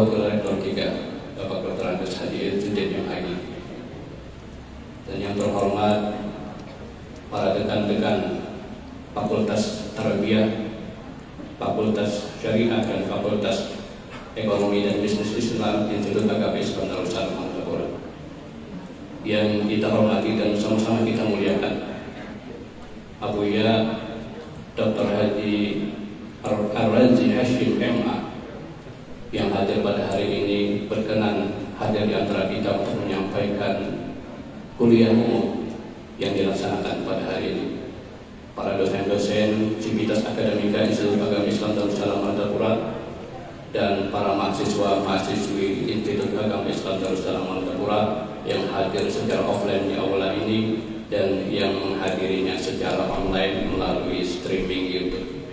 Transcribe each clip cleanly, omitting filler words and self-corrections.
Wakil Rektor 3 Bapak Dr. Andes Hadi Judin MHI, dan yang terhormat para dekan-dekan Fakultas Tarbiyah, Fakultas Syariah, dan Fakultas Ekonomi dan Bisnis Islam Institut Agama Islam Darussalam Al-Quran yang kita hormati dan sama-sama kita muliakan. Abuya Dr. Haji Ar-Razi Hashim MA yang hadir pada hari ini berkenan hadir di antara kita untuk menyampaikan kuliah umum yang dilaksanakan pada hari ini. Para dosen-dosen Civitas Akademika Institut Agama Islam Darussalam Al-Quran dan para mahasiswa-mahasiswi Institut Agama Islam Darussalam Al-Quran yang hadir secara offline di aula ini dan yang menghadirinya secara online melalui streaming YouTube.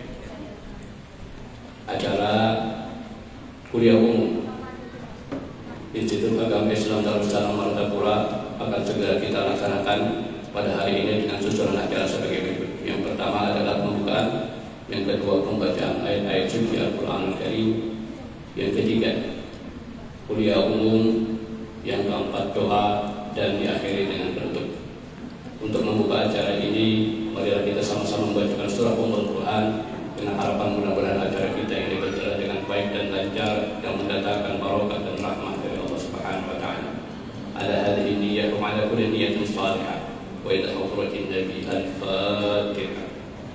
Acara kuliah umum Institut Agama Islam Darussalam Al-Quran akan segera kita laksanakan pada hari ini dengan susunan acara sebagai berikut. Yang pertama adalah pembukaan, yang kedua pembacaan ayat-ayat suci Al-Quran Al-Karim, yang ketiga kuliah umum, yang keempat doa, dan diakhiri dengan penutup. Untuk membuka acara ini, marilah kita sama-sama membacakan surah Ummul Quran dengan harapan mudah-mudahan acara kita ini berjalan dengan baik dan lancar dan mendatangkan barokah dan rahmat dari Allah Subhanahu wa taala. Ala hadhihi niyyah wa ala kulli niyyatin shalihah wa ila hadratin Nabi Al-Fatihah.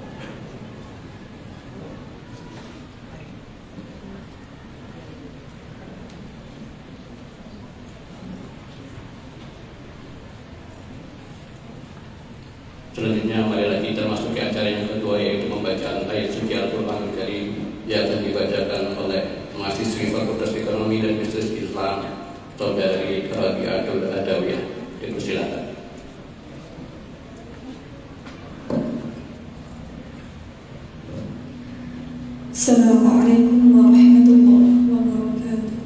Selanjutnya marilah kita masuk ke acara yang kedua, yaitu pembacaan ayat suci Al-Quran Al-Karim yang akan dibacakan oleh mahasiswi Fakultas Ekonomi dan Bisnis Islam Saudari Rabi'atul Adawiyah. Dipersilakan. Assalamualaikum warahmatullahi wabarakatuh.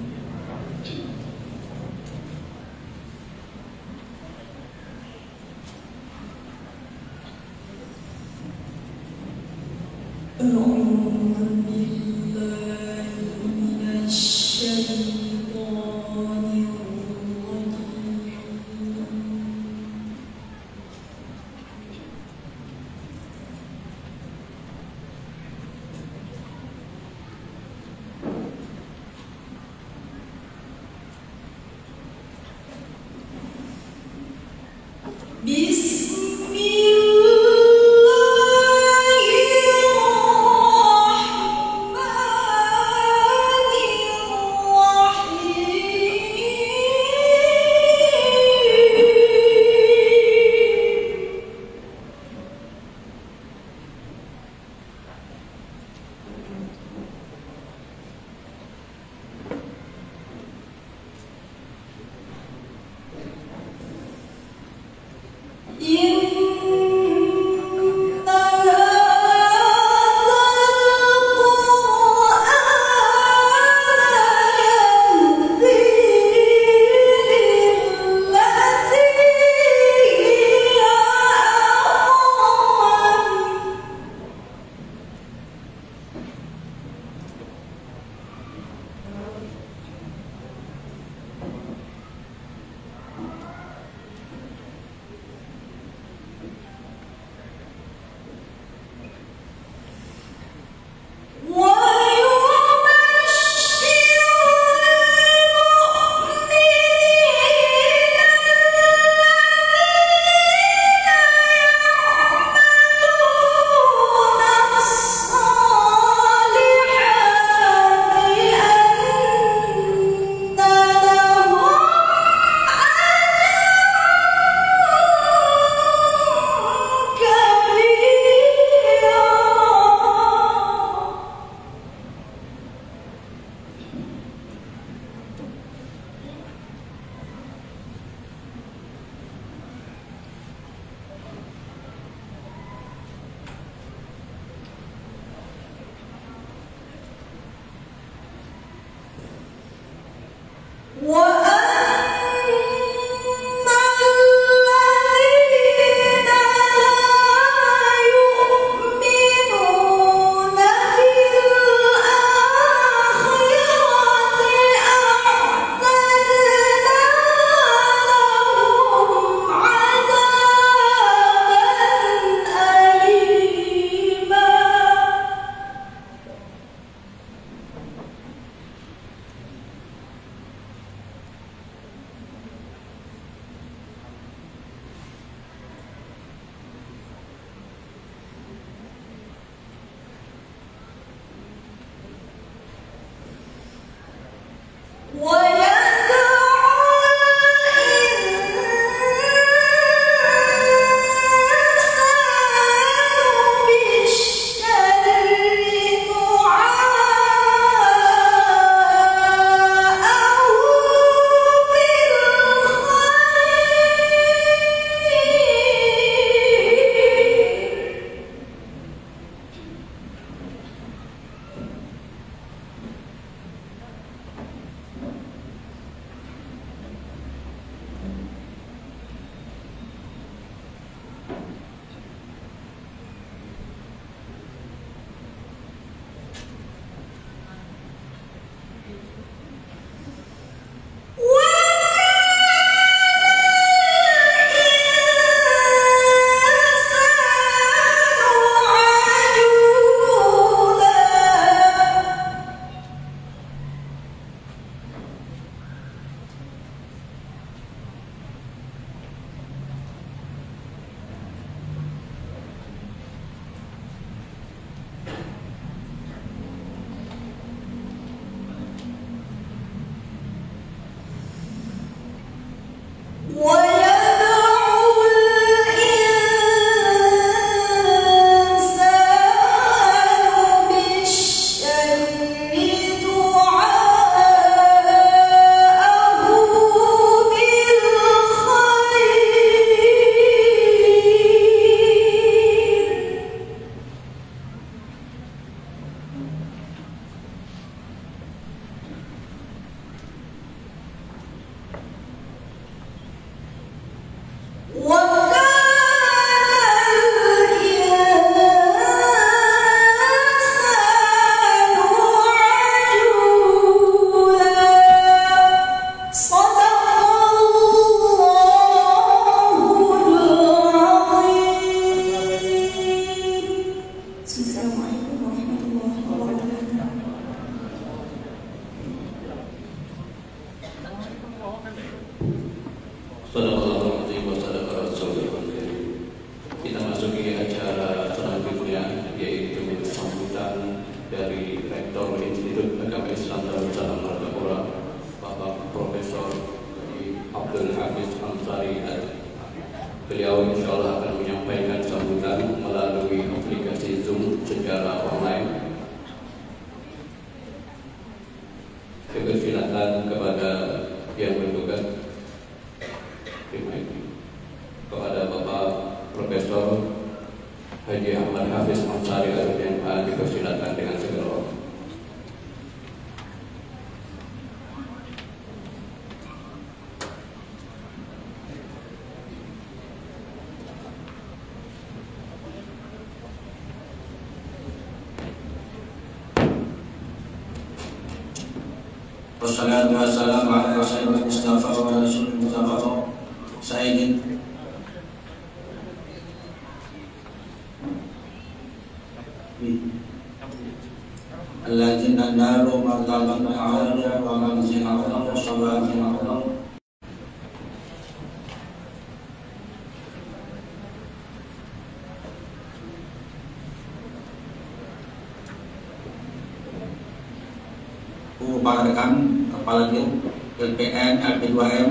Sadaqallahul azim wa sadaqa rasulul karim. Kita masuki acara selanjutnya, yaitu sambutan dari Rektor Institut Agama Islam Darul Salam Martapura, Bapak Profesor Abdul Hafiz Ansari. Beliau insya Allah akan menyampaikan sambutan melalui aplikasi Zoom secara online. Silakan kepada yang bertugas, kepada Bapak Profesor Haji Ahmad Hafiz Ansari LMA, dipersilakan dengan segala hormat. Wassalatu wassalamu ala rasulil mustafa wa rasulil mustafa sayyidin alladzina nalu martaban aliyah wa manzilan wa sabatin Allah. Para rekan Kepala Dir LPN LP2M,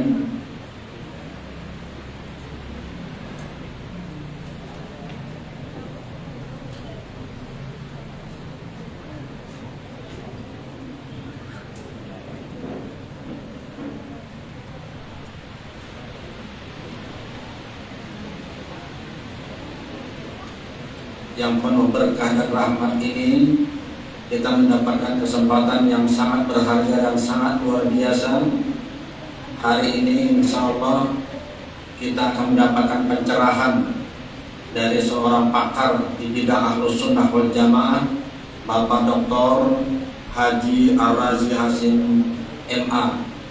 yang penuh berkah dan rahmat ini, kita mendapatkan kesempatan yang sangat berharga dan sangat luar biasa. Hari ini insya Allah kita akan mendapatkan pencerahan dari seorang pakar di bidang Ahlus Sunnah wal Jamaah, Bapak Dr. Haji Ar-Razi Hasim MA,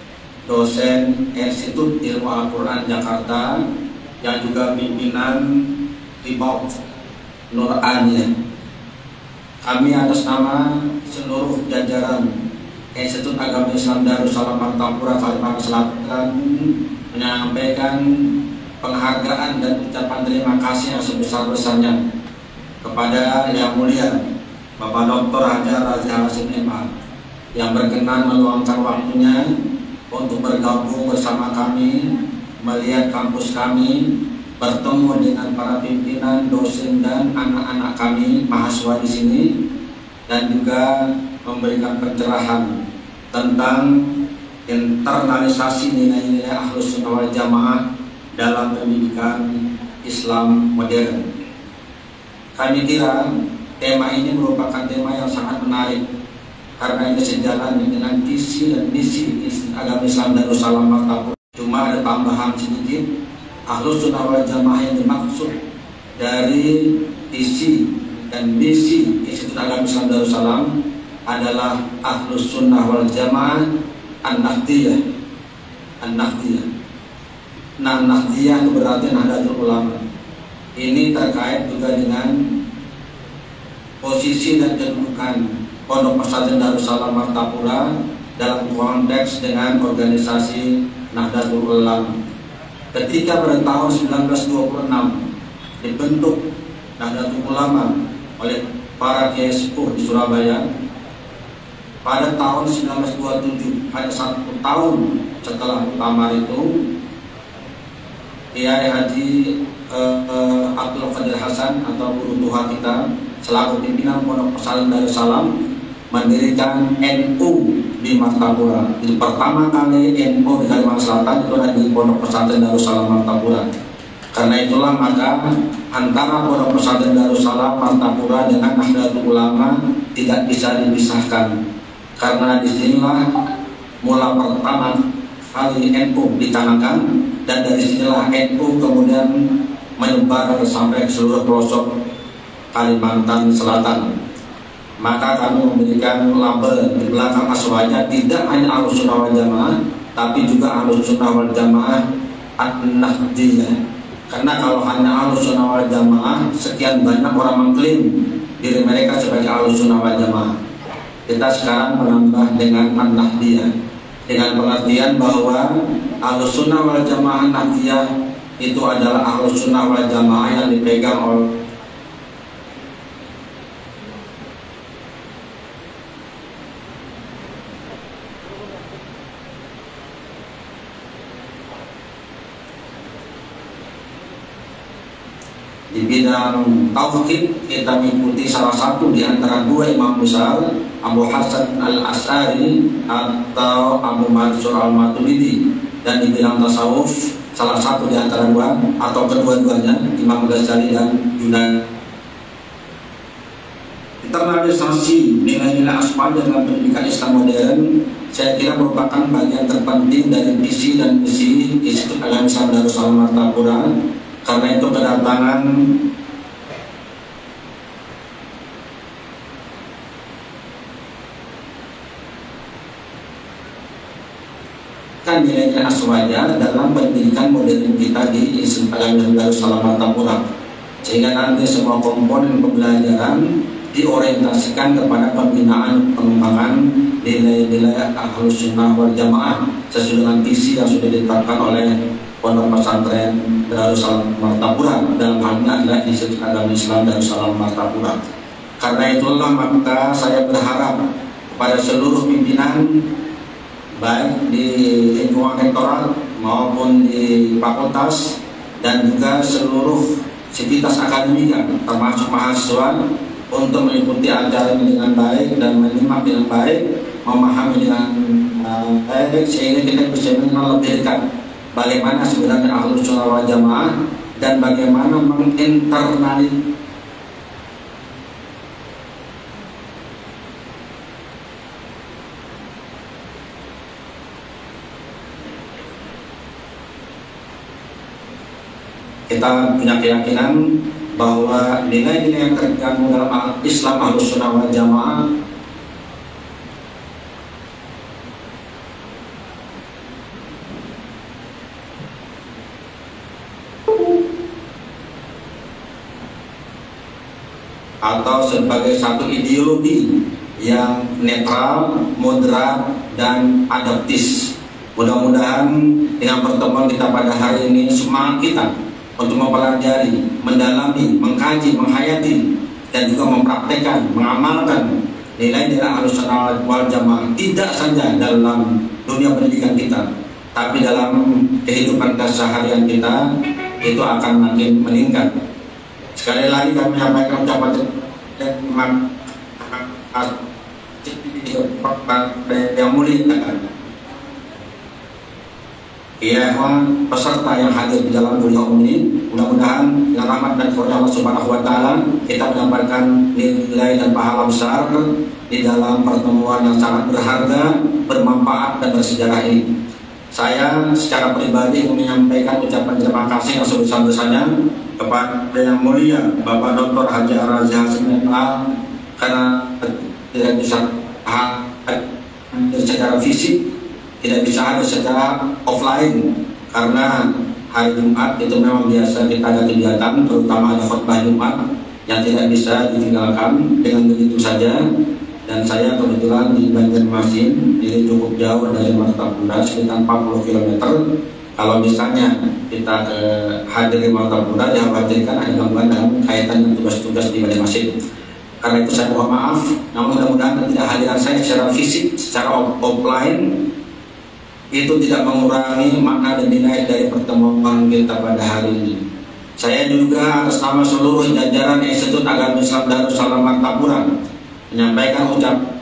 dosen Institut Ilmu Al-Quran Jakarta, yang juga pimpinan Ribau Nur Ania. Kami atas nama seluruh jajaran Institut Agama Islam Darul Salam Martapura Kalimantan Selatan menyampaikan penghargaan dan ucapan terima kasih yang sebesar-besarnya kepada Yang Mulia Bapak Dr. Haji Ar-Razi Hasim MA yang berkenan meluangkan waktunya untuk bergabung bersama kami, melihat kampus kami, bertemu dengan para pimpinan, dosen dan anak-anak kami mahasiswa di sini, dan juga memberikan pencerahan tentang internalisasi nilai-nilai Ahlus Sunnah wal Jamaah dalam pendidikan Islam modern. Kami kira tema ini merupakan tema yang sangat menarik karena ini sejalan dengan visi dan misi Agama Islam Darul Salam Martapura. Cuma ada tambahan sedikit. Ahlus Sunnah wal Jamaah yang dimaksud dari isi dan misi Institut Agama Islam Darul Salam adalah Ahlus Sunnah wal Jamaah An-Nahdiyah. An-Nahdiyah. Nah, Nahdiyah itu berarti Nahdlatul Ulama. Ini terkait juga dengan posisi dan kedudukan Pondok Pesantren Darul Salam Martapura dalam konteks dengan organisasi Nahdlatul Ulama. Ketika pada tahun 1926 dibentuk Nahdlatul Ulama oleh para kiai sepuh di Surabaya, pada tahun 1927, hanya 1 tahun setelah muktamar itu, Kiai Haji Abdul Qadir Hasan atau guru tua kita selaku pimpinan Pondok Pesantren Darul Salam mendirikan NU di Martapura. Itu pertama kali NU di Kalimantan Selatan itu ada di Pondok Pesantren Darul Salam Martapura. Karena itulah maka antara Pondok Pesantren Darul Salam Martapura dengan Nahdlatul Ulama tidak bisa dipisahkan. Karena disinilah mula pertama kali NU dicanangkan, dan dari sinilah NU kemudian menyebar sampai ke seluruh pelosok Kalimantan Selatan. Maka kami memberikan label di belakang aswanya tidak hanya Ahlus Sunnah wal Jamaah, tapi juga Ahlus Sunnah wal Jamaah An-Nahdiyah. Karena kalau hanya Ahlus Sunnah wal Jamaah, sekian banyak orang mengklaim diri mereka sebagai Ahlus Sunnah wal Jamaah. Kita sekarang menambah dengan An-Nahdiyah. dengan pengertian bahwa Ahlus Sunnah wal Jamaah Nahdiyah itu adalah Ahlus Sunnah wal Jamaah yang dipegang oleh di bidang tauhid. Kita mengikuti salah satu di antara dua imam besar, Abu Hasan al-Asy'ari atau Abu Mansur al-Maturidi, dan di bidang tasawuf salah satu di antara dua atau kedua-duanya, Imam Ghazali dan Yunani. Internalisasi nilai-nilai asma dalam pendidikan Islam modern saya kira merupakan bagian terpenting dari visi dan misi Institut Agama Islam Darussalam Martapura. Karena itu kedatangan nilai-nilai aswaja dalam pendidikan modern kita di Institut Agama Islam Darussalam Martapura, sehingga nanti semua komponen pembelajaran diorientasikan kepada pembinaan pengembangan nilai-nilai Ahlus Sunnah wal Jamaah sesuai dengan visi yang sudah ditetapkan oleh Pondok Pesantren Darussalam Martapura, dalam hal ini adalah Institut Agama Islam Darussalam Martapura. Karena itulah maka saya berharap kepada seluruh pimpinan baik di lingkungan rektorat maupun di fakultas dan juga seluruh sivitas akademika termasuk mahasiswa untuk mengikuti acara ini dengan baik dan menyimak dengan baik, memahami dengan baik, sehingga kita bisa mengenal lebih dekat bagaimana sebenarnya Ahlus Sunnah wal Jamaah dan bagaimana menginternalisasi kita punya keyakinan bahwa nilai-nilai yang terkandung dalam Islam Ahlus Sunnah wal Jamaah atau sebagai satu ideologi yang netral, moderat, dan adaptis. Mudah-mudahan dengan pertemuan kita pada hari ini semangat kita untuk mempelajari, mendalami, mengkaji, menghayati, dan juga mempraktekkan, mengamalkan nilai-nilai Ahlus Sunnah wal Jamaah tidak saja dalam dunia pendidikan kita, tapi dalam kehidupan keseharian kita itu akan makin meningkat. Sekali lagi kami menyampaikan ucapan yang mulia peserta yang hadir di dalam dunia ini. Mudah-mudahan dengan rahmat dan karunia Allah Subhanahu wa taala kita mendapatkan nilai dan pahala besar di dalam pertemuan yang sangat berharga, bermanfaat dan bersejarah ini. Saya secara pribadi menyampaikan ucapan terima kasih yang sebesar-besarnya kepada yang mulia Bapak Dr. Haji Ar-Razi Hasim MA, karena tidak bisa hadir secara fisik, tidak bisa hadir secara offline karena hari Jumat itu memang biasa kita ada kegiatan, terutama ada khutbah Jumat yang tidak bisa ditinggalkan dengan begitu saja. Dan saya kebetulan di Banjarmasin, jadi cukup jauh dari Martapura, sekitar 40 km. Kalau misalnya kita hadir di Martapura, dikhawatirkan ada gangguan dalam kaitan dengan tugas-tugas di Banjarmasin. Karena itu saya mohon maaf, namun mudah-mudahan ketidakhadiran saya secara fisik, secara offline itu tidak mengurangi makna dan nilai dari pertemuan kita pada hari ini. Saya juga atas nama seluruh jajaran Institut Agama Islam Darussalam Martapura menyampaikan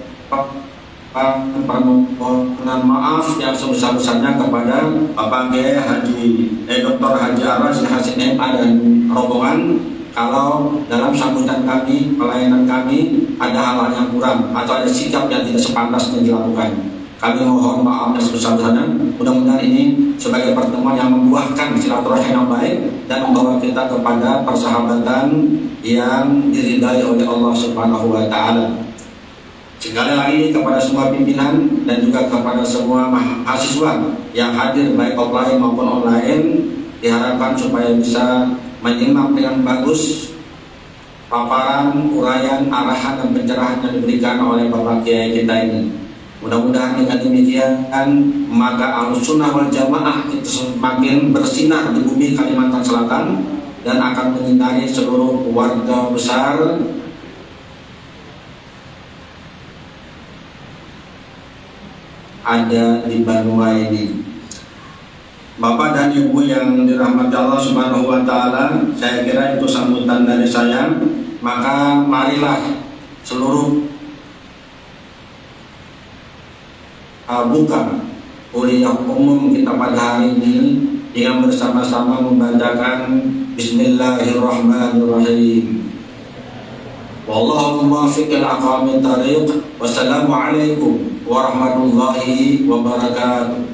permohonan maaf yang sebesar-besarnya kepada Bapak Kiai Dr. Haji Ar-Razi Hasim MA dan rombongan kalau dalam sambutan kami, pelayanan kami ada hal-hal yang kurang atau ada sikap yang tidak sepantasnya dilakukan. Kami mohon maaf yang sebesar-besarnya. Mudah-mudahan ini sebagai pertemuan yang membuahkan silaturahmi yang baik dan membawa kita kepada persahabatan yang diridai oleh Allah Subhanahu wa taala. Sekali lagi kepada semua pimpinan dan juga kepada semua mahasiswa yang hadir baik offline maupun online, diharapkan supaya bisa menyimak dengan bagus paparan, uraian, arahan dan pencerahan yang diberikan oleh Bapak Kiai kita ini. Mudah-mudahan dengan demikian maka Ahlussunnah wal Jamaah itu semakin bersinar di bumi Kalimantan Selatan dan akan menyinari seluruh warga besar ada di Banua ini. Bapak dan Ibu yang dirahmati Allah Subhanahu wa taala, saya kira itu sambutan dari saya. Maka marilah seluruh buka kuliah umum kita pada hari ini dengan bersama-sama membacakan Bismillahirrahmanirrahim. Wallahu muwaffiq ila aqwamit thariq. Wassalamualaikum warahmatullahi wabarakatuh.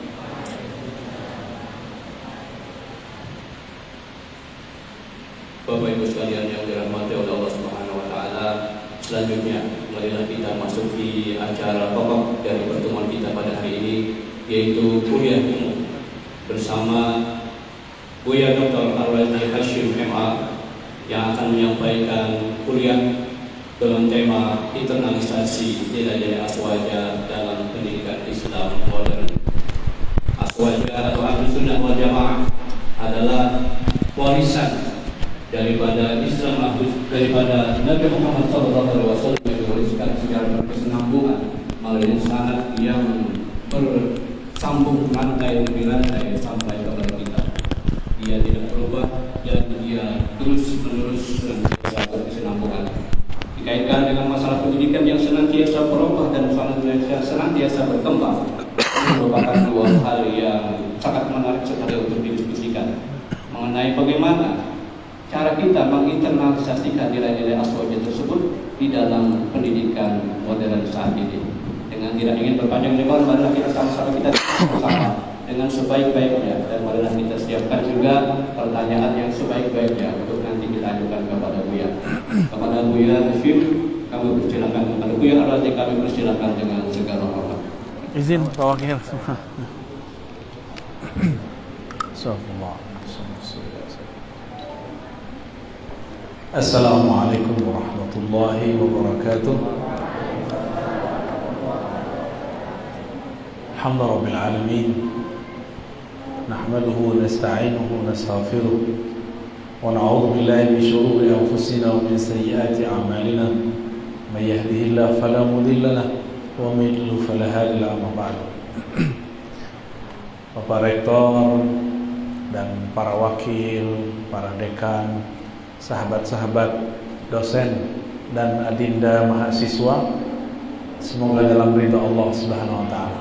Bapak Ibu sekalian yang dirahmati oleh Allah Subhanahu wa taala, selanjutnya marilah kita masuk di acara pokok dari pertemuan kita pada hari ini, yaitu kuliah umum bersama Buya Dr. Ar-Razi Hashim MA yang akan menyampaikan kuliah dengan tema internalisasi nilai-nilai Aswaja dalam pendidikan Islam modern. Aswaja atau Ahlussunnah wal Jamaah adalah warisan daripada Islam, daripada Nabi Muhammad SAW yang diwariskan secara berkesinambungan melalui sanad yang bersambung rantai demi rantai sampai kepada kita. Dia tidak berubah dan dia terus menerus senantiasa berkesinambungan. Dikaitkan dengan masalah pendidikan yang senantiasa berubah dan senantiasa berkembang, ini merupakan dua hal yang sangat menarik sekali untuk didiskusikan mengenai bagaimana cara kita menginternalisasikan nilai-nilai Aswaja tersebut di dalam pendidikan modern saat ini. Dengan tidak ingin berpanjang lebar, marilah kita sama-sama kita bersama dengan sebaik-baiknya, dan marilah kita siapkan juga pertanyaan yang sebaik-baiknya untuk nanti kita ajukan kepada Buya. Kepada Buya Hashim kami persilakan, kepada Buya Ar-Razi kami persilakan dengan segala hormat. Izin Pak Wakil. Assalamualaikum warahmatullahi wabarakatuh. Alhamdulillahirabbil alamin. Nahmaduhu wa nasta'inuhu wa nastaghfiruh wa na'udzu billahi min shururi anfusina wa min sayyiati a'malina. May yahdihillahu fala mudilla lahu wa may yudlil fala hadiya lahu. Bapak Rektor dan para wakil, para dekan, sahabat-sahabat, dosen, dan adinda mahasiswa, semoga dalam ridha Allah Subhanahu wa taala.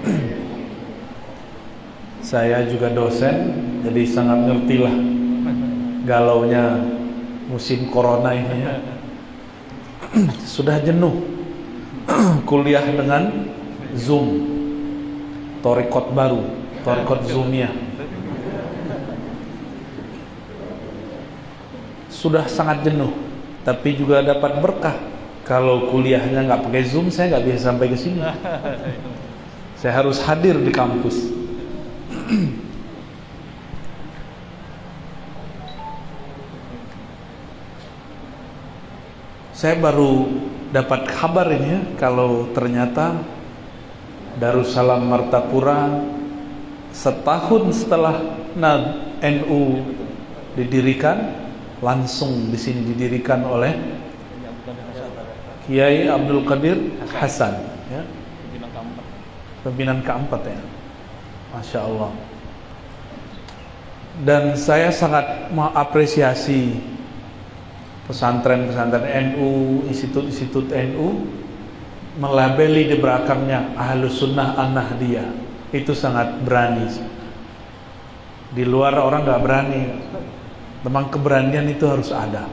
Saya juga dosen, jadi sangat ngertilah galaunya musim corona ini ya. Sudah jenuh kuliah dengan Zoom, thariqat baru, thariqat Zoomiyah. Sudah sangat jenuh, tapi juga dapat berkah. Kalau kuliahnya nggak pakai Zoom, saya nggak bisa sampai ke sini. Saya harus hadir di kampus. Saya baru dapat kabar ini ya, kalau ternyata Darussalam Martapura setahun setelah NU didirikan, langsung di sini didirikan oleh Kiai Abdul Qadir Hasan, ya. Pimpinan keempat ya, Masya Allah. Dan saya sangat mengapresiasi pesantren-pesantren NU, institut-institut NU melabeli di belakangnya Ahlussunnah An-Nahdiyah. Itu sangat berani. Di luar orang nggak berani. Memang keberanian itu harus ada.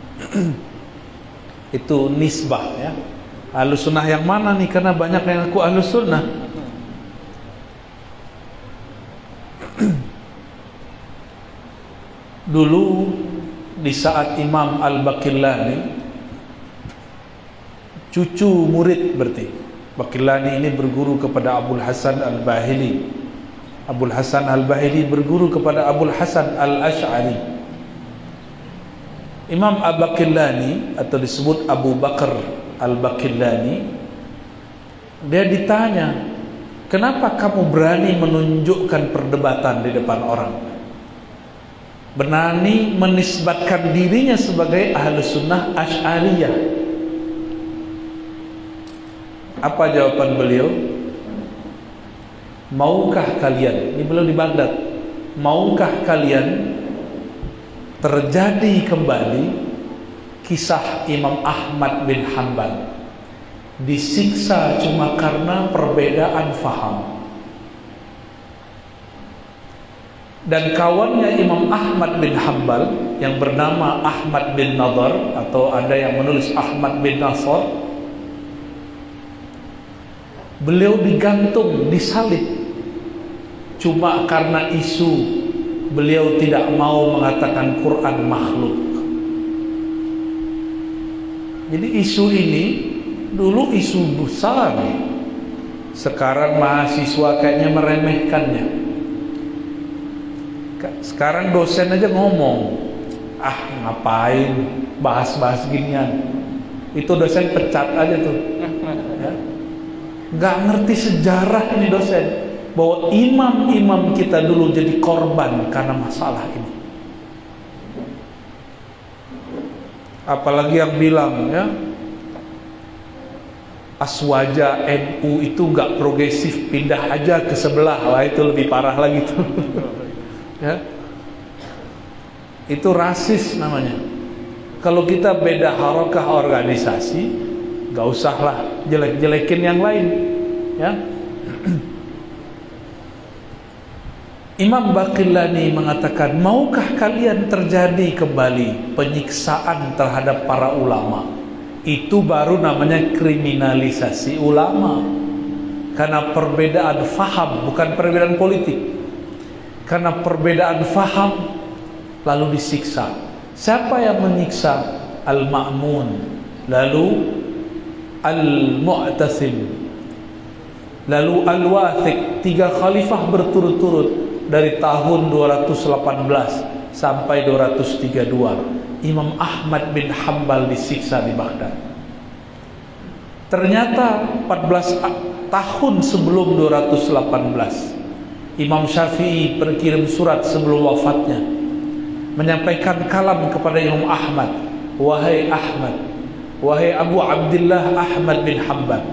Itu nisbah ya. Ahlussunnah yang mana nih? Karena banyak yang aku Ahlussunnah. Dulu di saat Imam Al-Baqillani, cucu murid berarti, Baqillani ini berguru kepada Abul Hasan Al-Bahili. Abul Hasan Al-Bahili berguru kepada Abul Hasan Al-Ash'ari. Imam Al-Baqillani atau disebut Abu Bakar Al-Baqillani Dia ditanya, kenapa kamu berani menunjukkan perdebatan di depan orang? Berani menisbatkan dirinya sebagai Ahlus Sunnah Asy'ariyah. Apa jawaban beliau? Maukah kalian, ini beliau di Baghdad, maukah kalian terjadi kembali kisah Imam Ahmad bin Hanbal disiksa cuma karena perbedaan faham? Dan kawannya Imam Ahmad bin Hanbal yang bernama Ahmad bin Nadar, atau ada yang menulis Ahmad bin Nasr, beliau digantung, disalib cuma karena isu beliau tidak mau mengatakan Quran makhluk. Jadi isu ini dulu isu besar, sekarang mahasiswa kayaknya meremehkannya. Sekarang dosen aja ngomong, ah ngapain bahas-bahas ginian, itu dosen pecat aja tuh ya. Nggak ngerti sejarah ini dosen, bahwa imam-imam kita dulu jadi korban karena masalah ini. Apalagi yang bilang ya, Aswaja NU itu nggak progresif, pindah aja ke sebelah. Wah, itu lebih parah lagi tuh. Ya, itu rasis namanya. Kalau kita beda harokah organisasi, nggak usahlah jelek-jelekin yang lain ya. Imam Baqillani mengatakan, maukah kalian terjadi kembali penyiksaan terhadap para ulama? Itu baru namanya kriminalisasi ulama, karena perbedaan faham, bukan perbedaan politik. Karena perbedaan faham lalu disiksa. Siapa yang menyiksa? Al-Ma'mun, lalu Al-Mu'tasim, lalu Al-Wathiq. 3 khalifah berturut-turut dari tahun 218 sampai 232. Imam Ahmad bin Hanbal disiksa di Baghdad. Ternyata 14 tahun sebelum 218, Imam Syafi'i berkirim surat sebelum wafatnya, menyampaikan kalam kepada Imam Ahmad. Wahai Ahmad, wahai Abu Abdullah Ahmad bin Hanbal,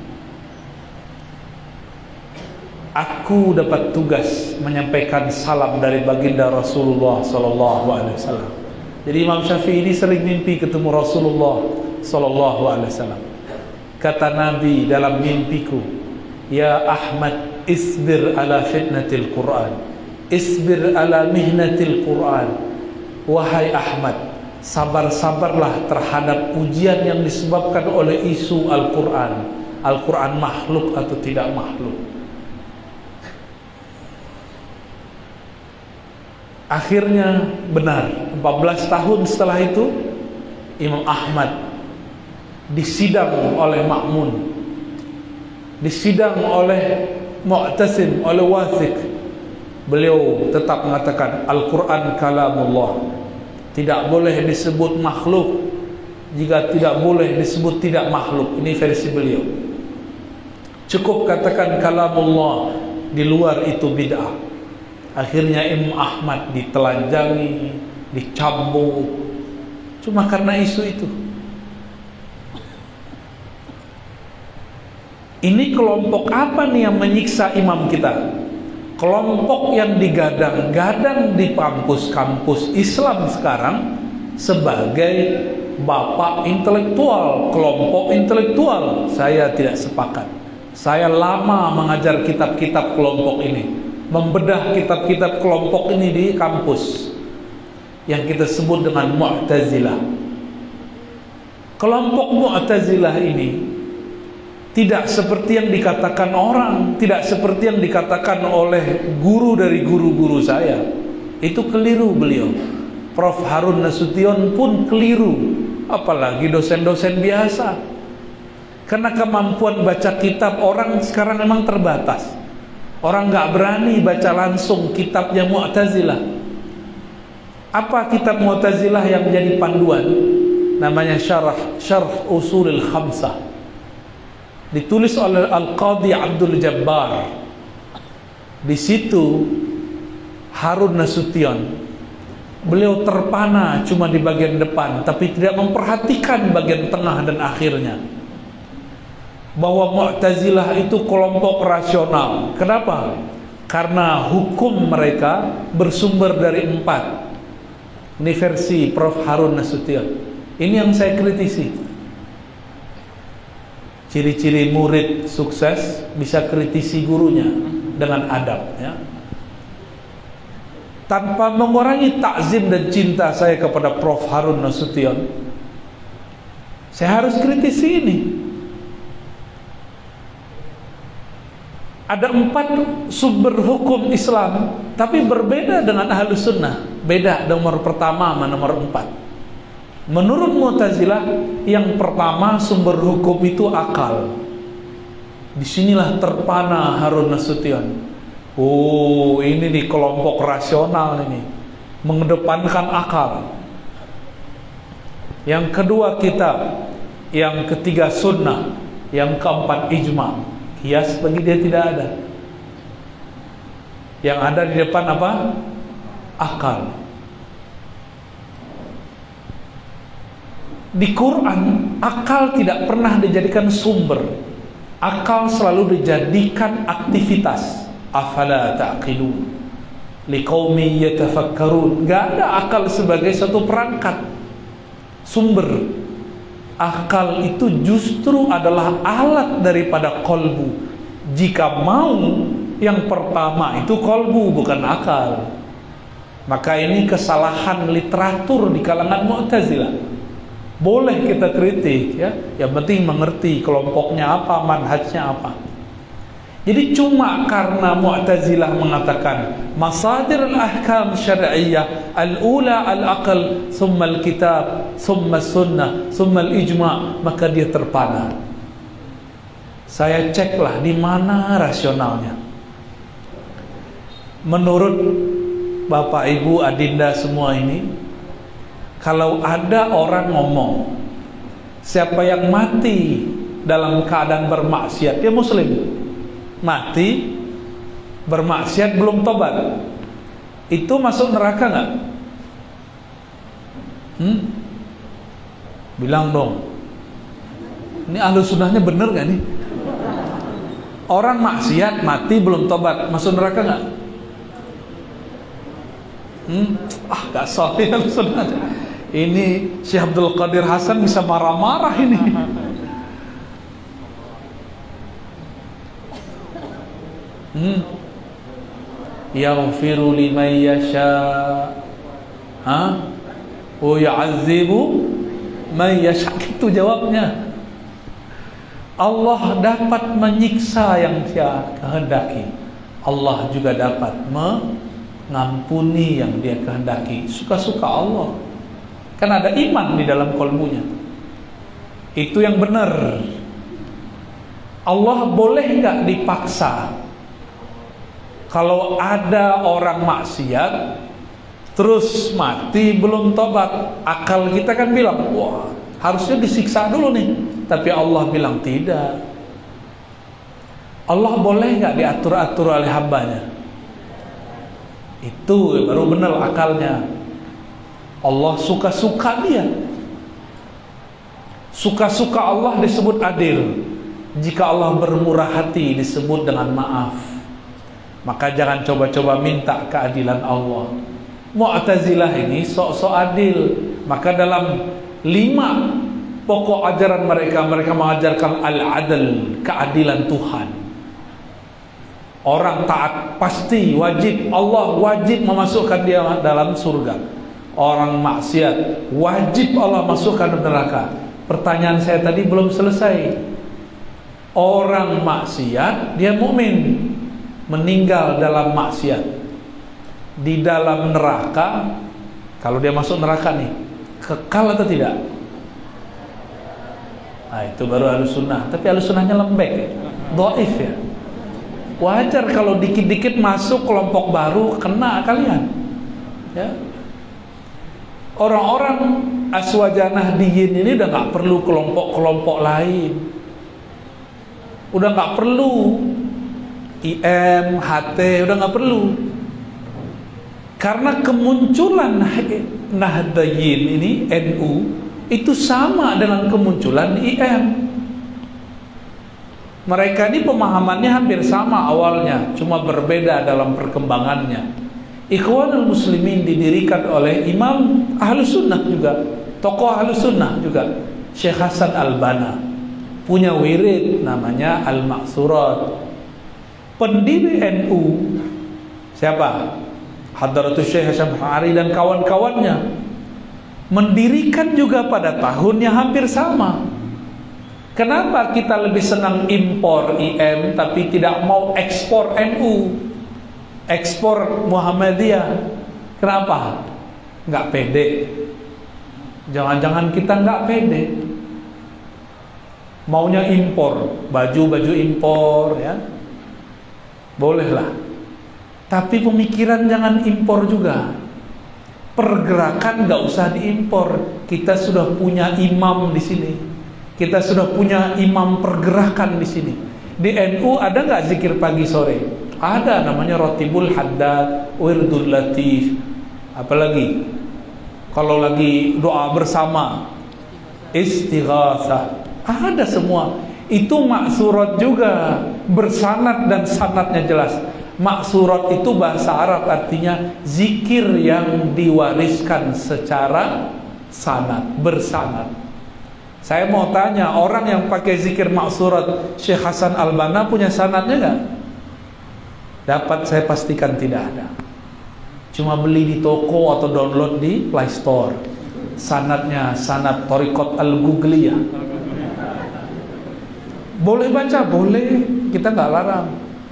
aku dapat tugas menyampaikan salam dari baginda Rasulullah sallallahu alaihi wasallam. Jadi Imam Syafi'i ini sering mimpi ketemu Rasulullah sallallahu alaihi wasallam. Kata Nabi dalam mimpiku, ya Ahmad, isbir ala fitnatil Quran, isbir ala mihnatil Quran. Wahai Ahmad, sabar-sabarlah terhadap ujian yang disebabkan oleh isu Al-Quran. Al-Quran makhluk atau tidak makhluk. Akhirnya benar, 14 tahun setelah itu Imam Ahmad disidang oleh Ma'mun, disidang oleh Mu'tasim, oleh Wathiq. Beliau tetap mengatakan Al-Quran kalamullah, tidak boleh disebut makhluk jika tidak boleh disebut tidak makhluk. Ini versi beliau. Cukup katakan kalamullah, di luar itu bid'ah. Akhirnya Imam Ahmad ditelanjangi, dicambuk, cuma karena isu itu. Ini kelompok apa nih yang menyiksa imam kita? Kelompok yang digadang-gadang di kampus-kampus Islam sekarang sebagai bapak intelektual, kelompok intelektual. Saya tidak sepakat. Saya lama mengajar kitab-kitab kelompok ini, membedah kitab-kitab kelompok ini di kampus yang kita sebut dengan Mu'tazilah. Kelompok Mu'tazilah ini tidak seperti yang dikatakan orang, tidak seperti yang dikatakan oleh guru dari guru-guru saya. Itu keliru beliau. Prof. Harun Nasution pun keliru, apalagi dosen-dosen biasa. Karena kemampuan baca kitab orang sekarang memang terbatas. Orang nggak berani baca langsung kitabnya Mu'tazilah. Apa kitab Mu'tazilah yang menjadi panduan? Namanya Syarh Usulil Khamsah. ditulis oleh Al-Qadhi Abdul Jabbar. Di situ Harun Nasution, beliau terpana cuma di bagian depan, tapi tidak memperhatikan bagian tengah dan akhirnya. Bahwa Mu'tazilah itu kelompok rasional. Kenapa? Karena hukum mereka bersumber dari 4. Ini versi Prof. Harun Nasution. Ini yang saya kritisi. Ciri-ciri murid sukses bisa kritisi gurunya dengan adab, ya. Tanpa mengurangi takzim dan cinta saya kepada Prof. Harun Nasution, saya harus kritisi ini. Ada 4 sumber hukum Islam, tapi berbeda dengan Ahlus Sunnah. Beda nomor pertama sama nomor 4. Menurut Mu'tazilah, yang pertama sumber hukum itu akal. Disinilah terpana Harun Nasution. Oh, ini di kelompok rasional ini, mengedepankan akal. Yang kedua kitab, yang ketiga sunnah, yang keempat ijma. Kias bagi dia tidak ada. Yang ada di depan apa? Akal. Di Quran, akal tidak pernah dijadikan sumber. Akal selalu dijadikan aktivitas. Afala ta'qilun liqaumin yatafakkarun. Gak ada akal sebagai satu perangkat sumber. Akal itu justru adalah alat daripada kolbu. Jika mau, yang pertama itu kolbu, bukan akal. Maka ini kesalahan literatur di kalangan Mu'tazilah. Boleh kita kritik, ya. Yang penting mengerti kelompoknya apa, manhajnya apa. Jadi cuma karena Mu'tazilah mengatakan masadir al-ahkam syar'iyyah al-ula al-aql, summa al-kitab, summa sunnah, summa al-ijma', maka dia terpana. Saya ceklah di mana rasionalnya. Menurut Bapak Ibu Adinda semua ini, kalau ada orang ngomong siapa yang mati dalam keadaan bermaksiat, dia muslim. Mati bermaksiat belum tobat, itu masuk neraka nggak? Bilang dong. Ini Ahlus Sunnahnya bener nggak nih? Orang maksiat mati belum tobat, masuk neraka nggak? Gak soleh Ahlus Sunnah. Ini Syekh Abdul Qadir Hasan bisa marah-marah ini. Yaghfiru liman yasha, wa yu'adzibu man yasha. Itu jawabnya. Allah dapat menyiksa yang Dia kehendaki. Allah juga dapat mengampuni yang Dia kehendaki. Suka-suka Allah. Kan ada iman di dalam kolbunya. Itu yang benar. Allah boleh nggak dipaksa? Kalau ada orang maksiat terus mati belum tobat, akal kita kan bilang, wah harusnya disiksa dulu nih. Tapi Allah bilang tidak. Allah boleh nggak diatur-atur oleh hambanya? Itu baru benar akalnya. Allah suka-suka dia. Suka-suka Allah disebut adil. Jika Allah bermurah hati disebut dengan maaf. Maka jangan coba-coba minta keadilan Allah. Mu'tazilah ini sok-sok adil. Maka dalam 5 pokok ajaran mereka mengajarkan al-adl, keadilan Tuhan. Orang taat pasti wajib, Allah wajib memasukkan dia dalam surga. Orang maksiat wajib Allah masukkan ke neraka. Pertanyaan saya tadi belum selesai. Orang maksiat dia mukmin, meninggal dalam maksiat di dalam neraka, kalau dia masuk neraka nih, kekal atau tidak? Nah itu baru Ahlus Sunnah. Tapi Ahlus Sunnahnya lembek, dhaif ya. Wajar kalau dikit-dikit masuk kelompok baru, kena kalian ya. Orang-orang Aswaja Nahdiyin ini udah gak perlu kelompok-kelompok lain. Udah nggak perlu IM, HT, udah nggak perlu. Karena kemunculan Nahdliyin ini, NU, itu sama dengan kemunculan IM. Mereka ini pemahamannya hampir sama awalnya, cuma berbeda dalam perkembangannya. Ikhwanul Muslimin didirikan oleh Imam Ahlus Sunnah juga, tokoh Ahlus Sunnah juga, Syekh Hasan Al-Banna, punya wirid namanya Al-Ma'surat. Pendiri NU siapa? Hadratus Syekh Hasyim Hari dan kawan-kawannya mendirikan juga pada tahun yang hampir sama. Kenapa kita lebih senang impor IM tapi tidak mau ekspor NU, ekspor Muhammadiyah? Kenapa? Nggak pede. Jangan-jangan kita nggak pede, maunya impor, baju-baju impor, ya bolehlah. Tapi pemikiran jangan impor juga. Pergerakan nggak usah diimpor. Kita sudah punya imam di sini. Kita sudah punya imam pergerakan di sini. Di NU ada nggak zikir pagi sore? Ada, namanya Rotibul Haddad, Wirdul Latif. Apalagi kalau lagi doa bersama, Istighatsah, ada semua. Itu maksurat juga, bersanad dan sanadnya jelas. Maksurat itu bahasa Arab, artinya zikir yang diwariskan secara sanad, bersanad. Saya mau tanya, orang yang pakai zikir maksurat Syekh Hasan Al-Banna punya sanadnya nggak? Dapat saya pastikan tidak ada. Cuma beli di toko atau download di Play Store. Sanadnya sanad Thariqat Al-Ghugliyah. Boleh baca, boleh, kita nggak larang.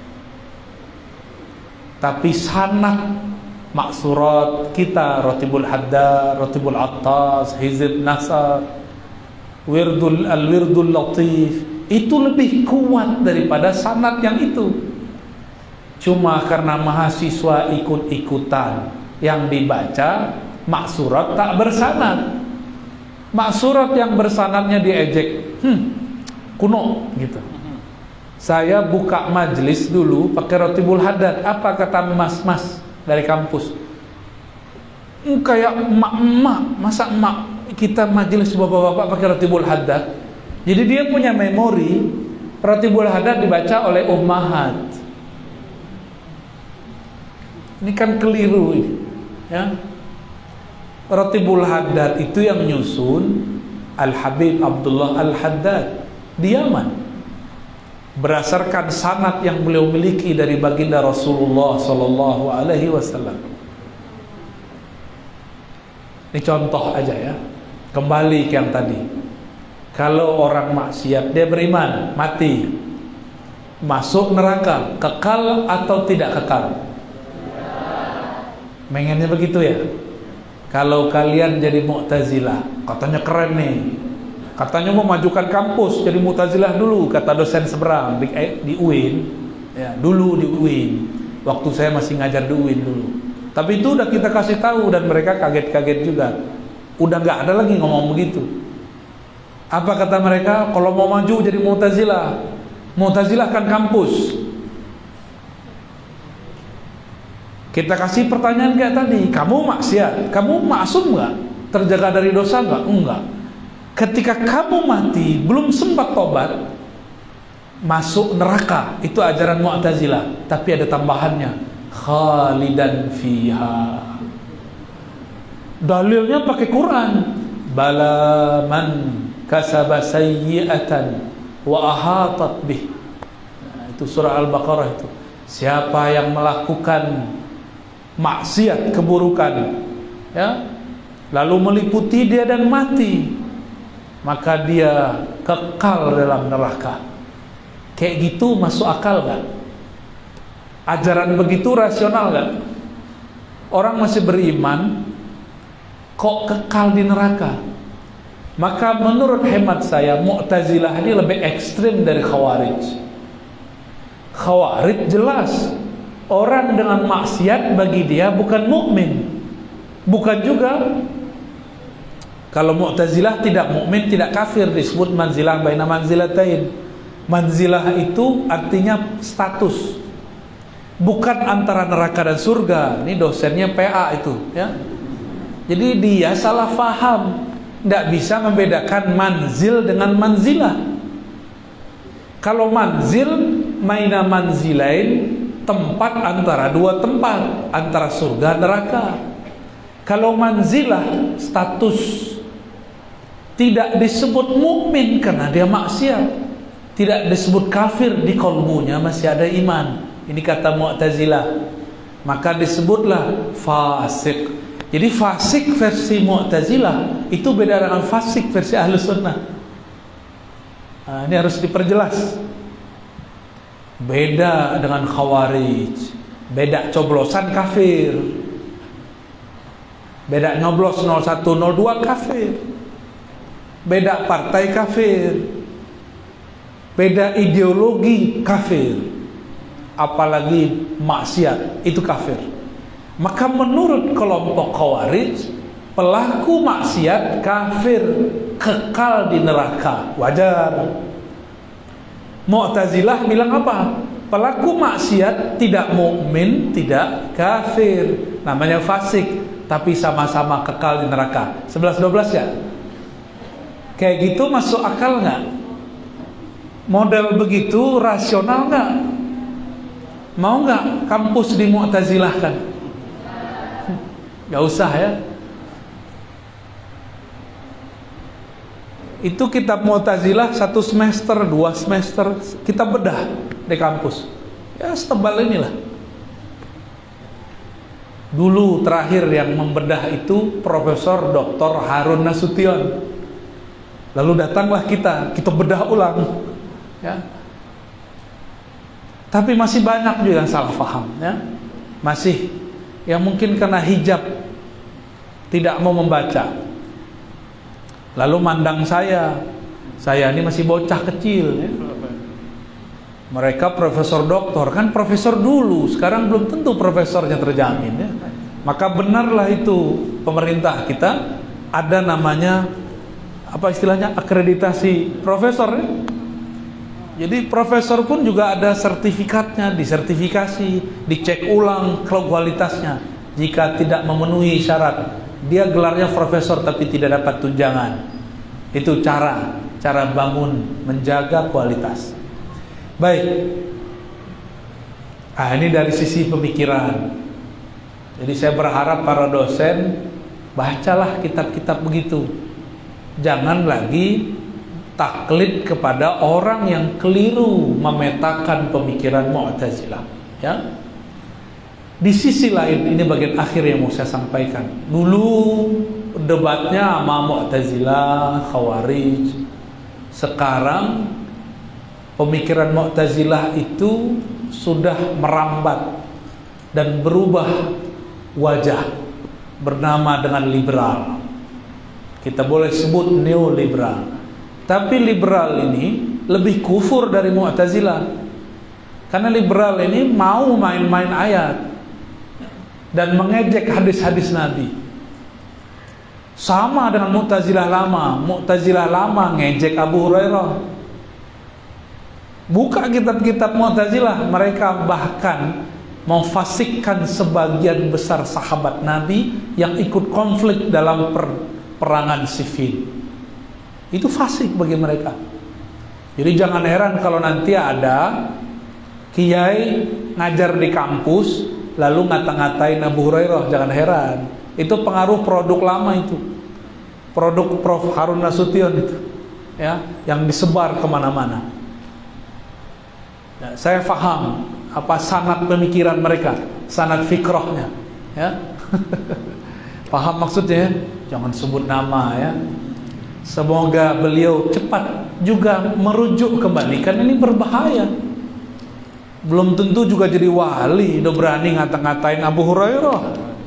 Tapi sanad maksurat kita, Rotibul Haddad, Rotibul Attas, Hizib Nasar, Wirdul Latif, itu lebih kuat daripada sanad yang itu. Cuma karena mahasiswa ikut-ikutan, yang dibaca maksurat tak bersanad. Maksurat yang bersanadnya diejek, kuno gitu. Saya buka majlis dulu pakai Rotibul Haddad. Apa kata mas-mas dari kampus? Kayak emak-emak, masa emak kita majelis bapak-bapak pakai Rotibul Haddad? Jadi dia punya memori Rotibul Haddad dibaca oleh ummahat. Ini kan keliru ini, ya. Rotibul Haddad itu yang nyusun Al-Habib Abdullah Al-Haddad di Yaman, berdasarkan sanad yang beliau miliki dari baginda Rasulullah Sallallahu Alaihi Wasallam. Ini contoh aja ya. Kembali ke yang tadi. Kalau orang maksiat, dia beriman, mati, masuk neraka, kekal atau tidak kekal? Mengennya begitu ya. Kalau kalian jadi Mu'tazilah, katanya keren nih, katanya mau majukan kampus jadi Mu'tazilah dulu, kata dosen seberang di UIN, ya, dulu di UIN, waktu saya masih ngajar di UIN dulu. Tapi itu udah kita kasih tahu dan mereka kaget-kaget juga. Udah nggak ada lagi ngomong begitu. Apa kata mereka? Kalau mau maju jadi Mu'tazilah, Mu'tazilah kan kampus. Kita kasih pertanyaan kayak tadi, kamu maksiat, kamu maksum nggak? Terjaga dari dosa nggak? Enggak. Ketika kamu mati belum sempat tobat, masuk neraka. Itu ajaran Mu'tazilah. Tapi ada tambahannya, khalidan fiha. Dalilnya pakai Quran. Bala man kasaba sayyi'atan wa ahatat bih. Nah, itu surah Al-Baqarah itu. Siapa yang melakukan maksiat, keburukan, ya, lalu meliputi dia dan mati, maka dia kekal dalam neraka. Kayak gitu masuk akal gak? Ajaran begitu rasional gak? Orang masih beriman kok kekal di neraka? Maka menurut hemat saya, Mu'tazilah ini lebih ekstrim dari Khawarij. Khawarij jelas orang dengan maksiat bagi dia bukan mukmin. Bukan juga, kalau Mu'tazilah tidak mukmin, tidak kafir, disebut manzilah baina manzilatain. Manzilah itu artinya status, bukan antara neraka dan surga. Ini dosennya PA itu, ya. Jadi dia salah faham, tidak bisa membedakan manzil dengan manzilah. Kalau manzil, maina manzilain, tempat antara dua tempat, antara surga neraka. Kalau manzilah, status, tidak disebut mukmin karena dia maksiat, tidak disebut kafir, di kalbunya masih ada iman. Ini kata Mu'tazilah. Maka disebutlah fasik. Jadi fasik versi Mu'tazilah itu beda dengan fasik versi Ahlus Sunnah. Nah, ini harus diperjelas. Beda dengan Khawarij. Beda coblosan kafir. Beda nyoblos 01, 02 kafir. Beda partai kafir. Beda ideologi kafir. Apalagi maksiat, itu kafir. Maka menurut kelompok Khawarij, pelaku maksiat kafir, kekal di neraka, wajar. Mu'tazilah bilang apa? Pelaku maksiat tidak mukmin, tidak kafir, namanya fasik, tapi sama-sama kekal di neraka. 11-12 ya? Kayak gitu masuk akal nggak? Model begitu rasional nggak? Mau nggak kampus di Mu'tazilah kan? Nggak usah ya. Itu kitab Mu'tazilah 1 semester, 2 semester kita bedah di kampus. Ya setebal inilah. Dulu terakhir yang membedah itu Profesor Dr. Harun Nasution. Lalu datanglah kita bedah ulang. Ya. Tapi masih banyak juga yang salah paham, ya. Masih yang mungkin kena hijab, tidak mau membaca. Lalu mandang saya ini masih bocah kecil, ya. Mereka profesor doktor, kan profesor dulu, sekarang belum tentu profesornya terjamin, ya. Maka benarlah itu pemerintah kita ada namanya apa istilahnya, akreditasi profesor, ya. Jadi profesor pun juga ada sertifikatnya, disertifikasi, dicek ulang kualitasnya. Jika tidak memenuhi syarat, dia gelarnya profesor tapi tidak dapat tunjangan. Itu cara bangun menjaga kualitas. Baik. Ini dari sisi pemikiran. Jadi saya berharap para dosen bacalah kitab-kitab begitu. Jangan lagi taklid kepada orang yang keliru memetakan pemikiran Mu'tazilah, ya. Di sisi lain, ini bagian akhir yang mau saya sampaikan. Dulu debatnya sama Mu'tazilah, Khawarij. Sekarang pemikiran Mu'tazilah itu sudah merambat dan berubah wajah, bernama dengan liberal. Kita boleh sebut neoliberal. Tapi liberal ini lebih kufur dari Mu'tazilah. Karena liberal ini mau main-main ayat dan mengejek hadis-hadis Nabi. Sama dengan Mu'tazilah lama. Mu'tazilah lama ngejek Abu Hurairah. Buka kitab-kitab Mu'tazilah, mereka bahkan memfasikkan sebagian besar sahabat Nabi yang ikut konflik dalam perangan Siffin. Itu fasik bagi mereka. Jadi jangan heran kalau nanti ada kiai ngajar di kampus lalu ngata-ngatain Abu Hurairah, jangan heran. Itu pengaruh produk lama itu. Produk Prof. Harun Nasution itu, ya, yang disebar kemana-mana. Ya, saya paham apa sanad pemikiran mereka, sanad fikrahnya, ya. Paham maksudnya? Jangan sebut nama, ya. Semoga beliau cepat juga merujuk kembali, karena ini berbahaya. Belum tentu juga jadi wali, udah berani ngata-ngatain Abu Hurairah.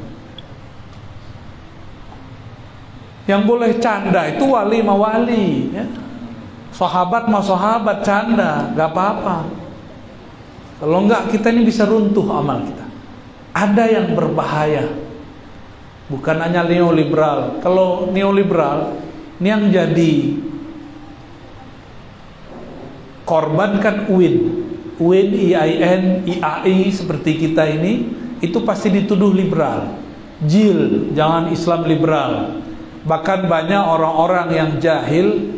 Yang boleh canda itu wali ma wali, ya. Sahabat ma sahabat, canda gak apa-apa. Kalau enggak kita ini bisa runtuh amal kita. Ada yang berbahaya, bukan hanya neoliberal. Kalau neoliberal ini yang jadi korban kan UIN, IAIN, IAI seperti kita ini, itu pasti dituduh liberal. Jil, jangan Islam liberal. Bahkan banyak orang-orang yang jahil,